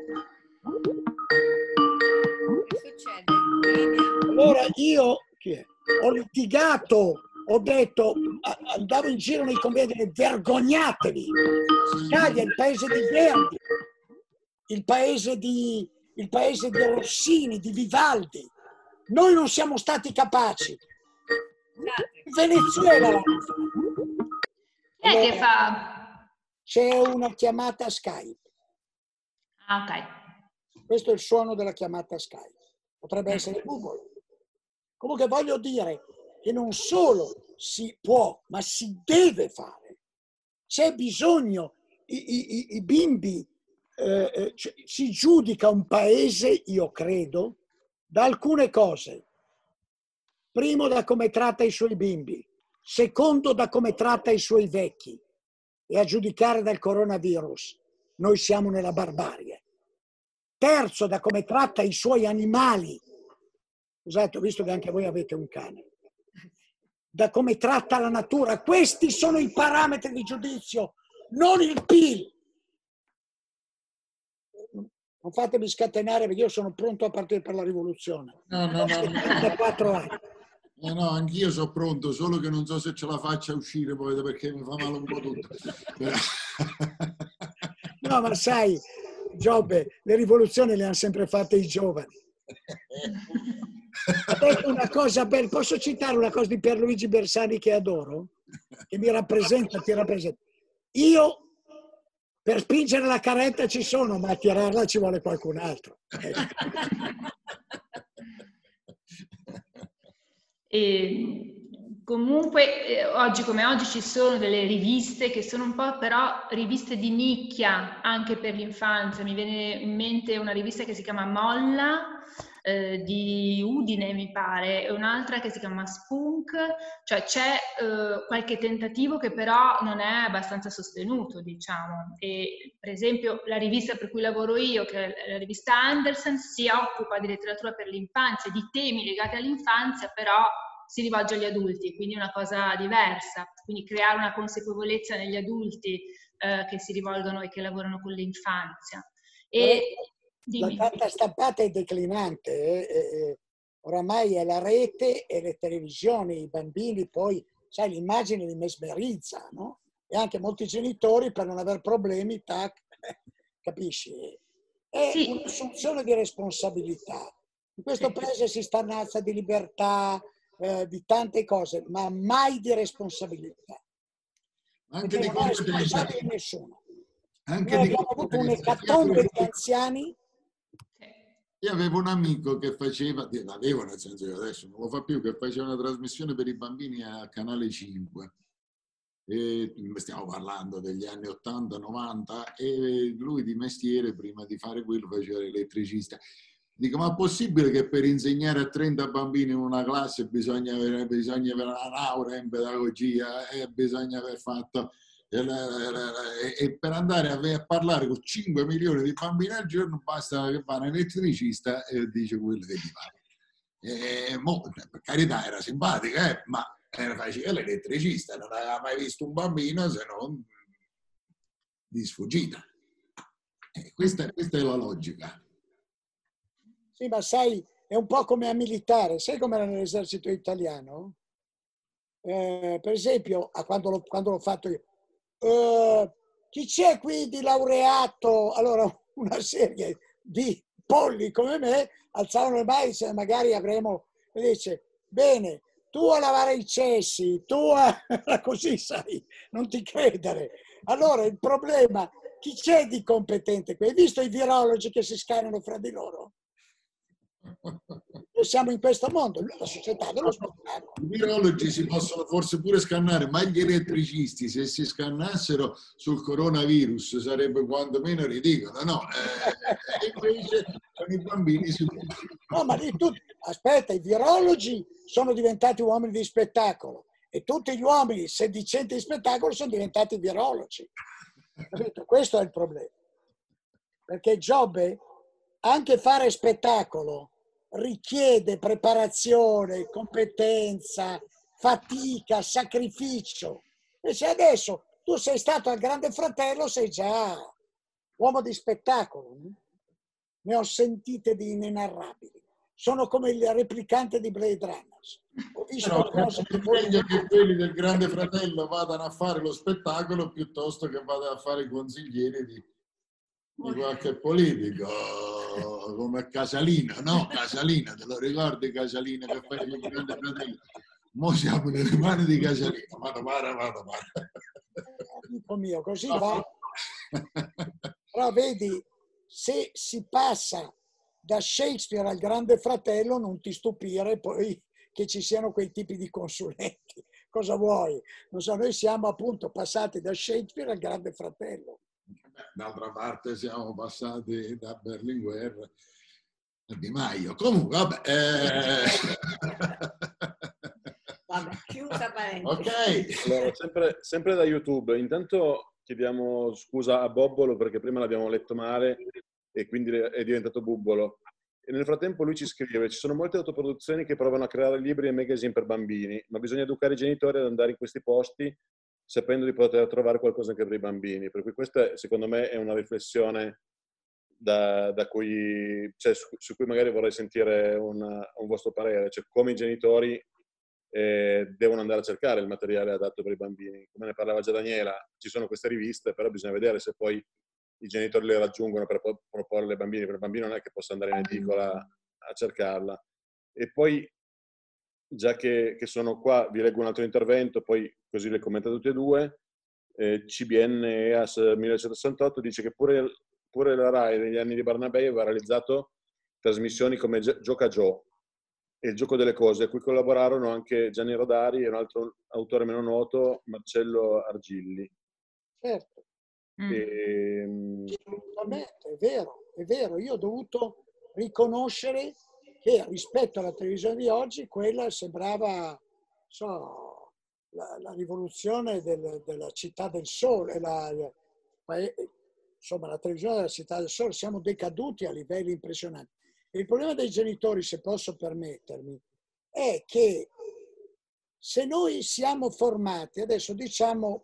Che succede? Allora io chi è? Ho litigato, ho detto, andavo in giro nei convegni, vergognatevi. Italia, il paese di Verdi, il paese di, il paese di Rossini, di Vivaldi. Noi non siamo stati capaci. In Venezuela l'hanno fatto. Chi è che fa? C'è una chiamata Skype. Ah, ok. Questo è il suono della chiamata Skype. Potrebbe essere Google. Comunque voglio dire che non solo si può, ma si deve fare. C'è bisogno, i, i, i bimbi, eh, cioè, si giudica un paese, io credo, da alcune cose. Primo, da come tratta i suoi bimbi. Secondo, da come tratta i suoi vecchi. E a giudicare dal coronavirus, noi siamo nella barbarie. Terzo, da come tratta i suoi animali. Scusate, ho visto che anche voi avete un cane. Da come tratta la natura. Questi sono i parametri di giudizio, non il P I L. Non fatemi scatenare perché io sono pronto a partire per la rivoluzione. No, no, no. settantaquattro anni. Eh no, anch'io sono pronto, solo che non so se ce la faccia uscire poi perché mi fa male un po' tutto. No, ma sai, Giobbe, le rivoluzioni le hanno sempre fatte i giovani. Ha detto una cosa bella, posso citare una cosa di Pierluigi Bersani che adoro? Che mi rappresenta, ti rappresenta. Io per spingere la carretta ci sono, ma a tirarla ci vuole qualcun altro. E comunque eh, oggi come oggi ci sono delle riviste che sono un po' però riviste di nicchia anche per l'infanzia. Mi viene in mente una rivista che si chiama Molla eh, di Udine mi pare e un'altra che si chiama Spunk, cioè c'è eh, qualche tentativo che però non è abbastanza sostenuto, diciamo. E per esempio la rivista per cui lavoro io, che è la rivista Andersen, si occupa di letteratura per l'infanzia, di temi legati all'infanzia, però si rivolge agli adulti, quindi è una cosa diversa, quindi creare una consapevolezza negli adulti eh, che si rivolgono e che lavorano con l'infanzia. E la carta stampata è declinante, eh, eh, oramai è la rete e le televisioni, i bambini poi, sai, l'immagine li mesmerizza, no? E anche molti genitori per non aver problemi, tac, capisci? È sì. Un'assunzione di responsabilità. In questo paese si stanazza di libertà, Eh, di tante cose, ma mai di responsabilità. Anche di non è responsabile nessuno. Anche Noi di abbiamo avuto un'ecatombe di anziani. Io avevo un amico che faceva, l'avevo nel senso che adesso non lo fa più, che faceva una trasmissione per i bambini a Canale cinque. E stiamo parlando degli anni ottanta novanta e lui di mestiere, prima di fare quello, faceva l'elettricista. Dico, ma è possibile che per insegnare a trenta bambini in una classe bisogna avere, bisogna avere una laurea in pedagogia e bisogna aver fatto... E, e, e per andare a, a parlare con cinque milioni di bambini al giorno basta che va un elettricista e dice quello che gli pare. E, mo, per carità era simpatica, eh, ma era facile l'elettricista, non aveva mai visto un bambino se non di sfuggita. E questa, questa è la logica. Sì, ma sai, è un po' come a militare. Sai come era nell'esercito italiano? Eh, per esempio, a quando, l'ho, quando l'ho fatto io, eh, chi c'è qui di laureato? Allora, una serie di polli come me alzavano le mani, se magari avremo, e dice, bene, tu a lavare i cessi, tu a... così, sai, non ti credere. Allora, il problema, chi c'è di competente qui? Hai visto i virologi che si scanano fra di loro? Noi siamo in questo mondo, la società dello spettacolo. I virologi si possono forse pure scannare, ma gli elettricisti, se si scannassero sul coronavirus, sarebbe quantomeno ridicolo, no? Eh, invece con i bambini si può. No, ma lì tu, aspetta, i virologi sono diventati uomini di spettacolo e tutti gli uomini sedicenti di spettacolo sono diventati virologi. Capito? Questo è il problema. Perché Giobbe, anche fare spettacolo richiede preparazione, competenza, fatica, sacrificio. E se adesso tu sei stato al Grande Fratello, sei già uomo di spettacolo. Ne ho sentite di inenarrabili. Sono come il replicante di Blade Runner. Ho visto no, cose che meglio che quelli del Grande Fratello vadano a fare lo spettacolo piuttosto che vadano a fare i consiglieri di, di qualche politico. Come Casalino, no? Casalino, te lo ricordi Casalino che fa il Grande Fratello? Mo siamo nelle mani di Casalino, vado, vado, vado, vado. Amico mio, così va. Però vedi, se si passa da Shakespeare al Grande Fratello, non ti stupire poi che ci siano quei tipi di consulenti. Cosa vuoi? Non so, noi siamo appunto passati da Shakespeare al Grande Fratello. D'altra parte siamo passati da Berlinguer a Di Maio. Comunque, vabbè. Eh... vabbè, chiusa parentesi. Ok. Allora, sempre, sempre da YouTube. Intanto chiediamo scusa a Bobbolo perché prima l'abbiamo letto male e quindi è diventato Bubbolo. E nel frattempo lui ci scrive: ci sono molte autoproduzioni che provano a creare libri e magazine per bambini, ma bisogna educare i genitori ad andare in questi posti sapendo di poter trovare qualcosa anche per i bambini. Per cui questa, secondo me, è una riflessione da, da cui, cioè, su, su cui magari vorrei sentire un, un vostro parere, cioè come i genitori eh, devono andare a cercare il materiale adatto per i bambini. Come ne parlava già Daniela, ci sono queste riviste, però bisogna vedere se poi i genitori le raggiungono per proporre ai bambini, perché il bambino non è che possa andare in edicola a cercarla. E poi, già che, che sono qua, vi leggo un altro intervento, poi così le commentate tutte e due. Eh, C B N E A S millenovecentosessantotto dice che pure, pure la RAI negli anni di Barnabei aveva realizzato trasmissioni come Gioca Gio e Il gioco delle cose, a cui collaborarono anche Gianni Rodari e un altro autore meno noto, Marcello Argilli. Certo. Mm. E, assolutamente, è vero, è vero. Io ho dovuto riconoscere che rispetto alla televisione di oggi, quella sembrava, so, la, la rivoluzione del, della città del sole, la, la, insomma la televisione della città del sole, siamo decaduti a livelli impressionanti. Il problema dei genitori, se posso permettermi, è che se noi siamo formati, adesso diciamo,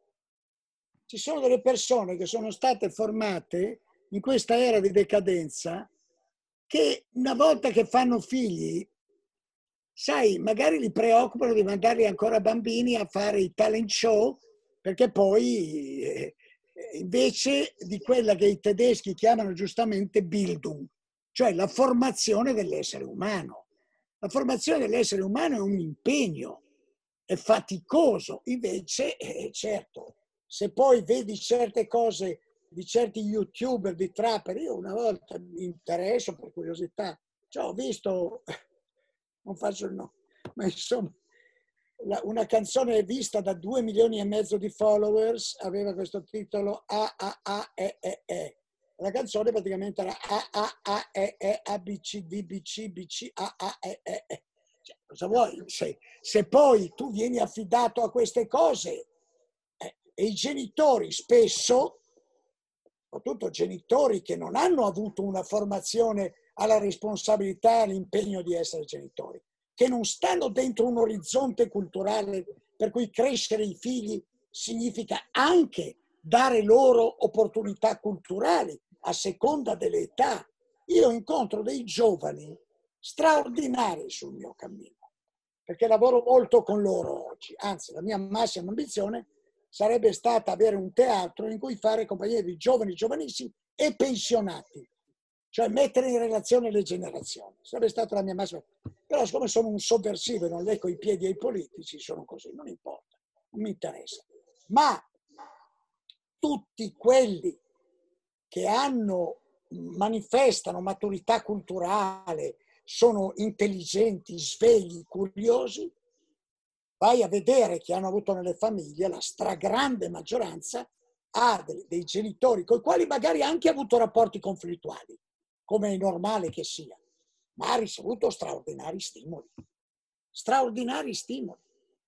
ci sono delle persone che sono state formate in questa era di decadenza che una volta che fanno figli, sai, magari li preoccupano di mandarli ancora bambini a fare i talent show, perché poi eh, invece di quella che i tedeschi chiamano giustamente Bildung, cioè la formazione dell'essere umano. La formazione dell'essere umano è un impegno, è faticoso, invece, eh, certo, se poi vedi certe cose di certi youtuber, di trapper, io una volta mi interesso per curiosità, cioè ho visto, non faccio il nome, ma insomma, la, una canzone vista da due milioni e mezzo di followers, aveva questo titolo A A A E E E. La canzone praticamente era A A A E E A B C D B C B C A A E E E. Cioè, cosa vuoi? Se, se poi tu vieni affidato a queste cose eh, e i genitori spesso, soprattutto genitori che non hanno avuto una formazione alla responsabilità e all'impegno di essere genitori, che non stanno dentro un orizzonte culturale per cui crescere i figli significa anche dare loro opportunità culturali a seconda delle età. Io incontro dei giovani straordinari sul mio cammino, perché lavoro molto con loro oggi. Anzi, la mia massima ambizione sarebbe stata avere un teatro in cui fare compagnia di giovani, giovanissimi e pensionati, cioè mettere in relazione le generazioni. Sarebbe stata la mia massima. Però siccome sono un sovversivo e non lecco i piedi ai politici, sono così, non importa, non mi interessa. Ma tutti quelli che hanno, manifestano maturità culturale, sono intelligenti, svegli, curiosi, vai a vedere che hanno avuto nelle famiglie, la stragrande maggioranza ha dei, dei genitori con i quali magari ha anche avuto rapporti conflittuali, come è normale che sia, ma ha ricevuto straordinari stimoli. Straordinari stimoli.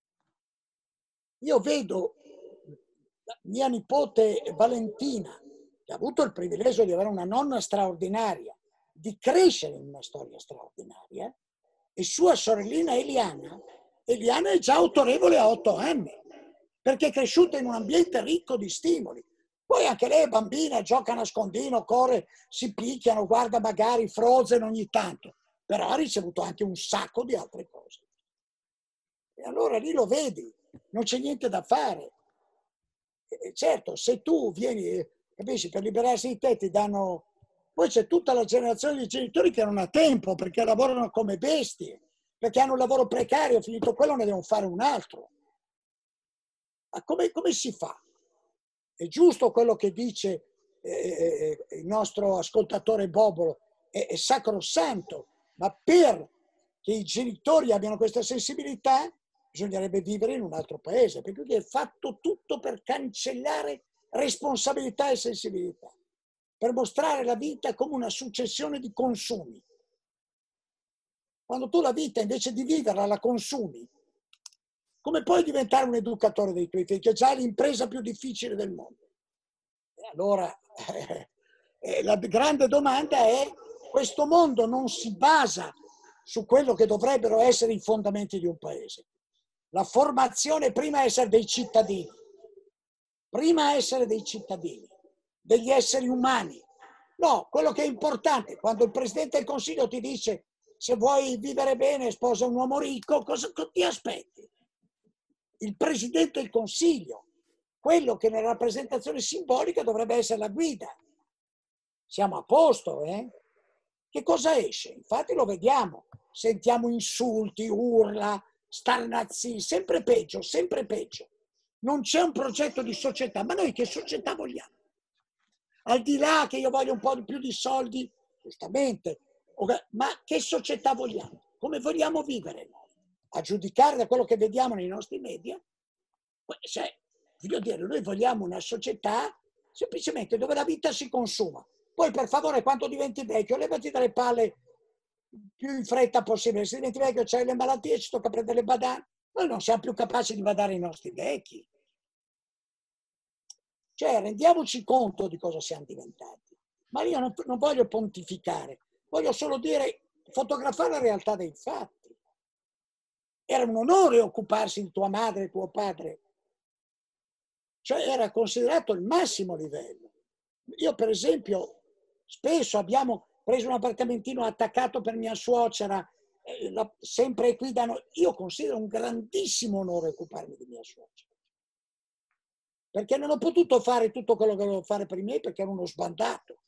Io vedo mia nipote Valentina, che ha avuto il privilegio di avere una nonna straordinaria, di crescere in una storia straordinaria, e sua sorellina Eliana, Eliana è già autorevole a otto anni, perché è cresciuta in un ambiente ricco di stimoli. Poi anche lei è bambina, gioca a nascondino, corre, si picchiano, guarda magari Frozen ogni tanto, però ha ricevuto anche un sacco di altre cose. E allora lì lo vedi, non c'è niente da fare. E certo, se tu vieni, capisci, per liberarsi di te ti danno... Poi c'è tutta la generazione di genitori che non ha tempo perché lavorano come bestie, perché hanno un lavoro precario, finito quello ne devono fare un altro. Ma come, come si fa? È giusto quello che dice eh, il nostro ascoltatore Bobolo, è, è sacrosanto, ma per che i genitori abbiano questa sensibilità bisognerebbe vivere in un altro paese, perché è fatto tutto per cancellare responsabilità e sensibilità, per mostrare la vita come una successione di consumi. Quando tu la vita invece di viverla la consumi, come puoi diventare un educatore dei tuoi figli, che già è l'impresa più difficile del mondo? E allora eh, eh, la grande domanda è: questo mondo non si basa su quello che dovrebbero essere i fondamenti di un paese. La formazione prima essere dei cittadini, prima essere dei cittadini, degli esseri umani, No, quello che è importante, quando il Presidente del Consiglio ti dice se vuoi vivere bene sposa un uomo ricco, cosa ti aspetti? Il Presidente del Consiglio, quello che nella rappresentazione simbolica dovrebbe essere la guida. Siamo a posto, eh? Che cosa esce? Infatti lo vediamo, sentiamo insulti, urla, starnazzi, sempre peggio, sempre peggio. Non c'è un progetto di società, ma noi che società vogliamo? Al di là che io voglio un po' di più di soldi, giustamente, ma che società vogliamo? Come vogliamo vivere noi? A giudicare da quello che vediamo nei nostri media, cioè, voglio dire, noi vogliamo una società semplicemente dove la vita si consuma. Poi per favore, quando diventi vecchio, levati dalle palle più in fretta possibile. Se diventi vecchio c'hai le malattie, ci tocca prendere le badane. Noi non siamo più capaci di badare i nostri vecchi. Cioè, rendiamoci conto di cosa siamo diventati. Ma io non, non voglio pontificare, voglio solo dire, fotografare la realtà dei fatti. Era un onore occuparsi di tua madre e tuo padre. Cioè, era considerato il massimo livello. Io, per esempio, spesso abbiamo preso un appartamentino attaccato per mia suocera, eh, la, sempre qui da noi. Io considero un grandissimo onore occuparmi di mia suocera. Perché non ho potuto fare tutto quello che volevo fare per i miei perché ero uno sbandato.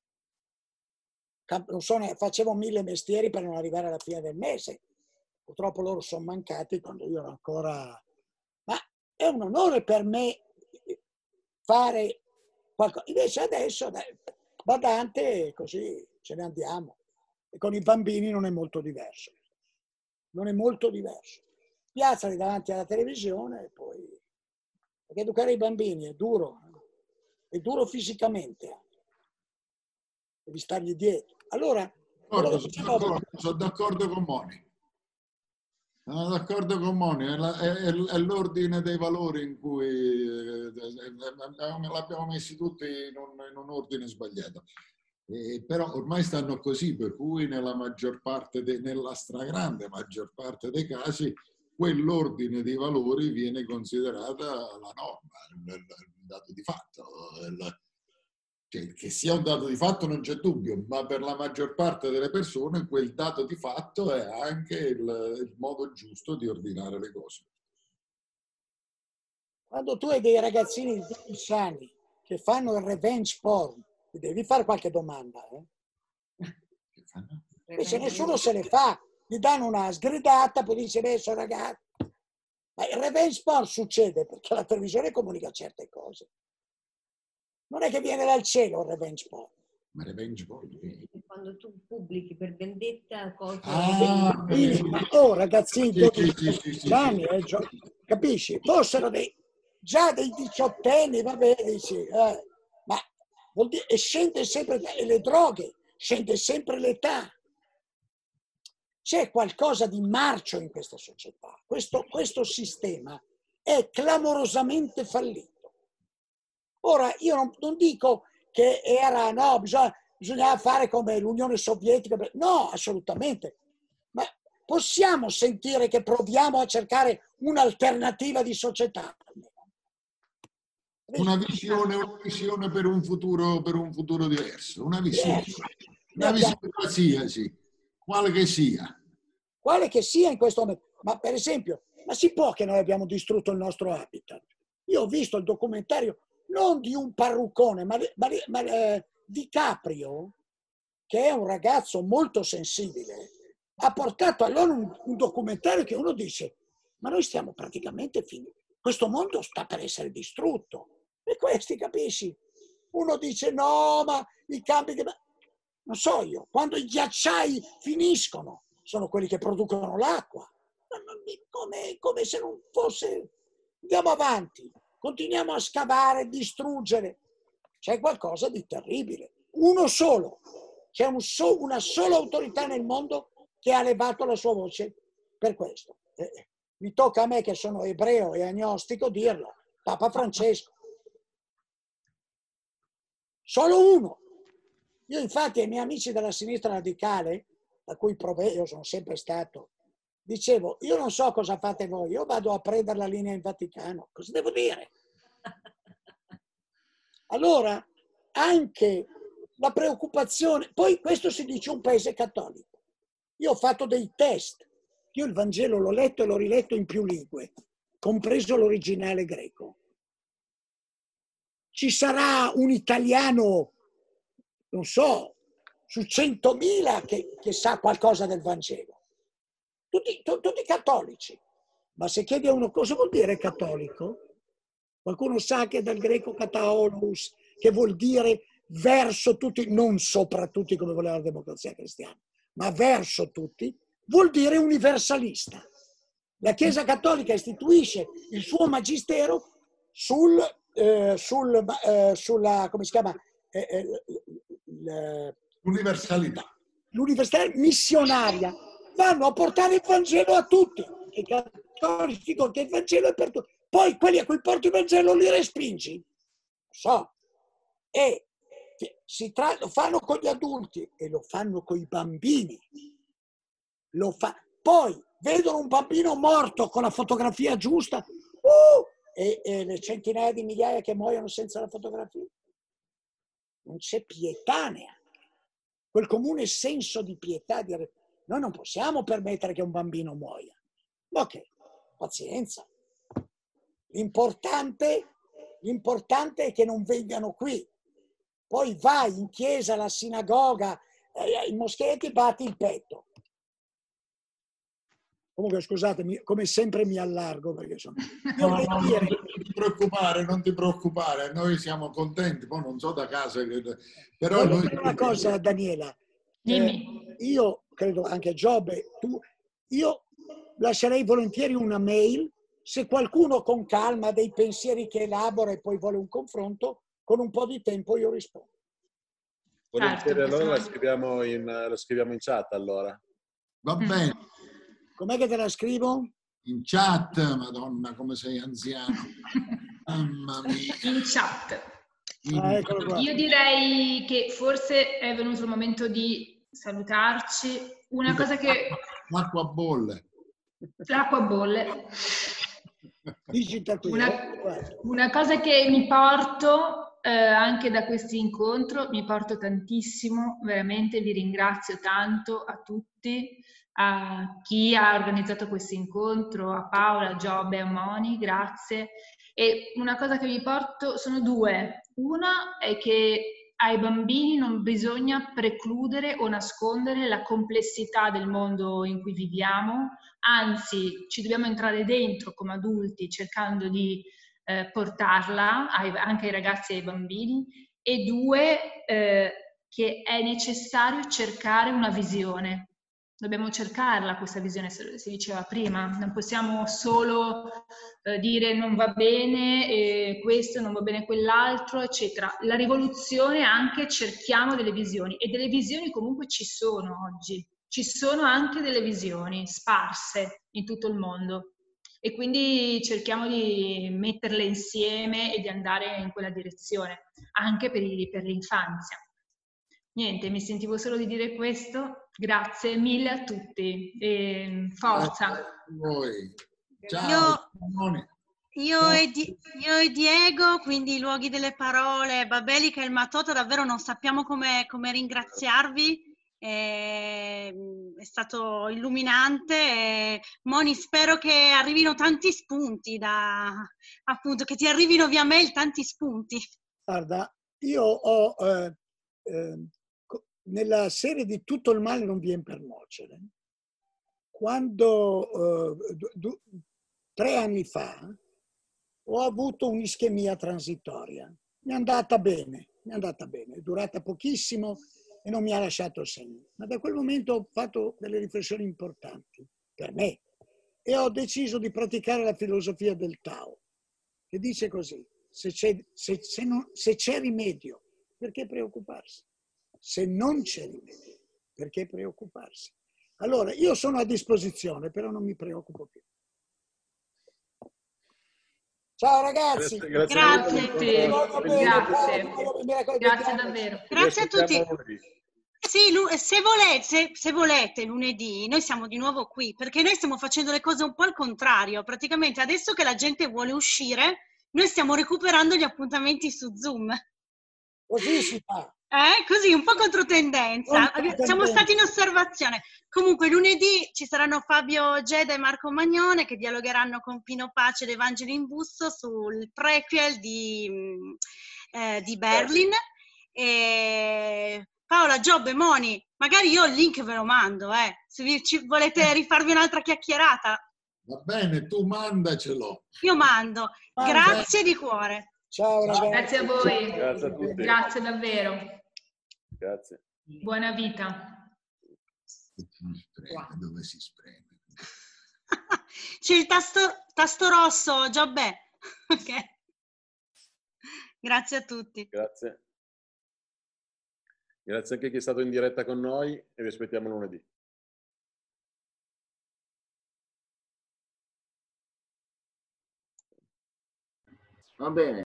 Non so, facevo mille mestieri per non arrivare alla fine del mese. Purtroppo loro sono mancati quando io ero ancora... Ma è un onore per me fare qualcosa. Invece adesso, dai, badante, così ce ne andiamo. E con i bambini non è molto diverso. Non è molto diverso. Piazzali davanti alla televisione e poi... Perché educare i bambini è duro, è duro fisicamente, devi stargli dietro. Allora, sono d'accordo, sono d'accordo con Moni. Sono d'accordo con Moni, è, la, è, è l'ordine dei valori in cui eh, l'abbiamo messi tutti in un, in un ordine sbagliato. Eh, però ormai stanno così, per cui nella maggior parte, de, nella stragrande maggior parte dei casi, quell'ordine di valori viene considerata la norma, il, il dato di fatto. Il, cioè, che sia un dato di fatto non c'è dubbio, ma per la maggior parte delle persone quel dato di fatto è anche il, il modo giusto di ordinare le cose. Quando tu hai dei ragazzini di dodici anni che fanno il revenge porn, ti devi fare qualche domanda. Eh? Invece nessuno se le fa. Gli danno una sgridata, poi dice, beh, sono ragazzi. Ma il revenge porn succede perché la televisione comunica certe cose. Non è che viene dal cielo il revenge porn. Ma revenge porn? Quando tu pubblichi per vendetta cose... Ah, sì, ma oh, ragazzini, sì, sì, sì, sì, sì, anni, eh, capisci? Fossero dei, già dei diciottenni, va bene, dici, eh, ma vuol dire, e scende sempre, e le droghe, scende sempre l'età. C'è qualcosa di marcio in questa società. Questo, questo sistema è clamorosamente fallito. Ora, io non, non dico che era, no, bisogna, bisognava fare come l'Unione Sovietica. No, assolutamente. Ma possiamo sentire che proviamo a cercare un'alternativa di società? Una visione, una visione per un futuro, per un futuro diverso. Una visione. Una visione qualsiasi. Quale che sia. Quale che sia in questo momento. Ma per esempio, ma si può che noi abbiamo distrutto il nostro habitat? Io ho visto il documentario non di un parruccone, ma, ma, ma eh, di Caprio, che è un ragazzo molto sensibile, ha portato allora un, un documentario che uno dice, ma noi stiamo praticamente finiti. Questo mondo sta per essere distrutto. E questi, capisci? Uno dice, no, ma i cambi... Che... Non so io, quando i ghiacciai finiscono, sono quelli che producono l'acqua. Come, come se non fosse... Andiamo avanti, continuiamo a scavare, distruggere. C'è qualcosa di terribile. Uno solo. C'è un so, una sola autorità nel mondo che ha levato la sua voce per questo. Eh, mi tocca a me, che sono ebreo e agnostico, dirlo. Papa Francesco. Solo uno. Io infatti ai miei amici della sinistra radicale, da cui io sono sempre stato, dicevo, io non so cosa fate voi, io vado a prendere la linea in Vaticano. Cosa devo dire? Allora, anche la preoccupazione, poi questo si dice un paese cattolico. Io ho fatto dei test, io il Vangelo l'ho letto e l'ho riletto in più lingue, compreso l'originale greco. Ci sarà un italiano, non so, su centomila che, che sa qualcosa del Vangelo. Tutti, tu, tutti cattolici. Ma se chiedi a uno cosa vuol dire cattolico, qualcuno sa che dal greco kataolos, che vuol dire verso tutti, non sopra tutti come voleva la Democrazia Cristiana, ma verso tutti, vuol dire universalista. La Chiesa Cattolica istituisce il suo magistero sul, eh, sul, eh, sulla, come si chiama? Eh, eh, Universalità. L'università missionaria. Vanno a portare il Vangelo a tutti. I cattolici dicono che il Vangelo è per tutti. Poi quelli a cui porti il Vangelo li respingi. Non so. E si tra- lo fanno con gli adulti e lo fanno con i bambini. Lo fa- Poi vedono un bambino morto con la fotografia giusta uh, e, e le centinaia di migliaia che muoiono senza la fotografia. Non c'è pietà neanche. Quel comune senso di pietà. Di... Noi non possiamo permettere che un bambino muoia. Ok, pazienza. L'importante, l'importante è che non vengano qui. Poi vai in chiesa, alla sinagoga, eh, in moschea e ti batti il petto. Comunque scusatemi, come sempre mi allargo perché sono... Io No, no, dire... non ti preoccupare, non ti preoccupare, noi siamo contenti, poi non so da casa, però Voglio noi... dire una cosa, Daniela, eh, io credo anche Giobbe, tu, io lascerei volentieri una mail se qualcuno con calma ha dei pensieri che elabora e poi vuole un confronto, con un po' di tempo io rispondo. Volentieri, Certo, allora la possiamo- scriviamo, in, la scriviamo in chat allora. Va bene, Com'è che te la scrivo? in chat, Madonna, come sei anziano. Mamma mia. In chat. In- Ah, eccolo qua. Io direi che forse è venuto il momento di salutarci. Una cosa che... L'acqua bolle. L'acqua bolle. Digita qui. Una, eh. una cosa che mi porto eh, anche da questo incontro, mi porto tantissimo, veramente vi ringrazio tanto a tutti, a chi ha organizzato questo incontro, a Paola, a Giobbe, a Moni, grazie. E una cosa che mi porto sono due. Una è che ai bambini non bisogna precludere o nascondere la complessità del mondo in cui viviamo, anzi ci dobbiamo entrare dentro come adulti cercando di eh, portarla ai, anche ai ragazzi e ai bambini. E due, eh, che è necessario cercare una visione. Dobbiamo cercarla questa visione, si diceva prima, non possiamo solo eh, dire non va bene eh, questo, non va bene quell'altro, eccetera. La rivoluzione anche cerchiamo delle visioni e delle visioni comunque ci sono oggi, ci sono anche delle visioni sparse in tutto il mondo e quindi cerchiamo di metterle insieme e di andare in quella direzione, anche per, i, per l'infanzia. Niente, mi sentivo solo di dire questo. Grazie mille a tutti e forza. Grazie a voi. Ciao. Io, io, e Di, io e Diego, quindi i luoghi delle parole, Babelica e il Matota, davvero non sappiamo come, come ringraziarvi. È, è stato illuminante. E, Moni, spero che arrivino tanti spunti, da, appunto, che ti arrivino via mail tanti spunti. Guarda, io ho... Eh, eh, nella serie di Tutto il male non viene per nuocere, quando eh, du, tre anni fa ho avuto un'ischemia transitoria, mi è andata bene, mi è andata bene, è durata pochissimo e non mi ha lasciato segno, ma da quel momento ho fatto delle riflessioni importanti per me e ho deciso di praticare la filosofia del Tao, che dice così: se c'è, se, se non, se c'è rimedio, perché preoccuparsi? Se non c'è rimedio, perché preoccuparsi? Allora, io sono a disposizione, però non mi preoccupo più. Ciao ragazzi! Grazie, grazie, Grazie a te. Grazie, Grazie davvero. Grazie a tutti. Sì, se volete, se volete, lunedì, noi siamo di nuovo qui, perché noi stiamo facendo le cose un po' al contrario. Praticamente adesso che la gente vuole uscire, noi stiamo recuperando gli appuntamenti su Zoom. Così si fa. Eh, così, un po' controtendenza. Controtendenza. Siamo stati in osservazione. Comunque lunedì ci saranno Fabio Geda e Marco Magnone che dialogheranno con Pino Pace ed Evangeline Busto sul prequel di, eh, di Berlin. E Paola, Giobbe, Moni, magari io il link ve lo mando, eh. Se vi, ci, volete rifarvi un'altra chiacchierata. Va bene, tu mandacelo. Io mando. Grazie di cuore. Ciao ragazzi. Grazie a voi. Grazie a tutti. Grazie davvero. Grazie. Buona vita. Dove si spreme? C'è il tasto, tasto rosso, Giobbe. Ok. Grazie a tutti. Grazie. Grazie anche a chi è stato in diretta con noi e vi aspettiamo lunedì. Va bene.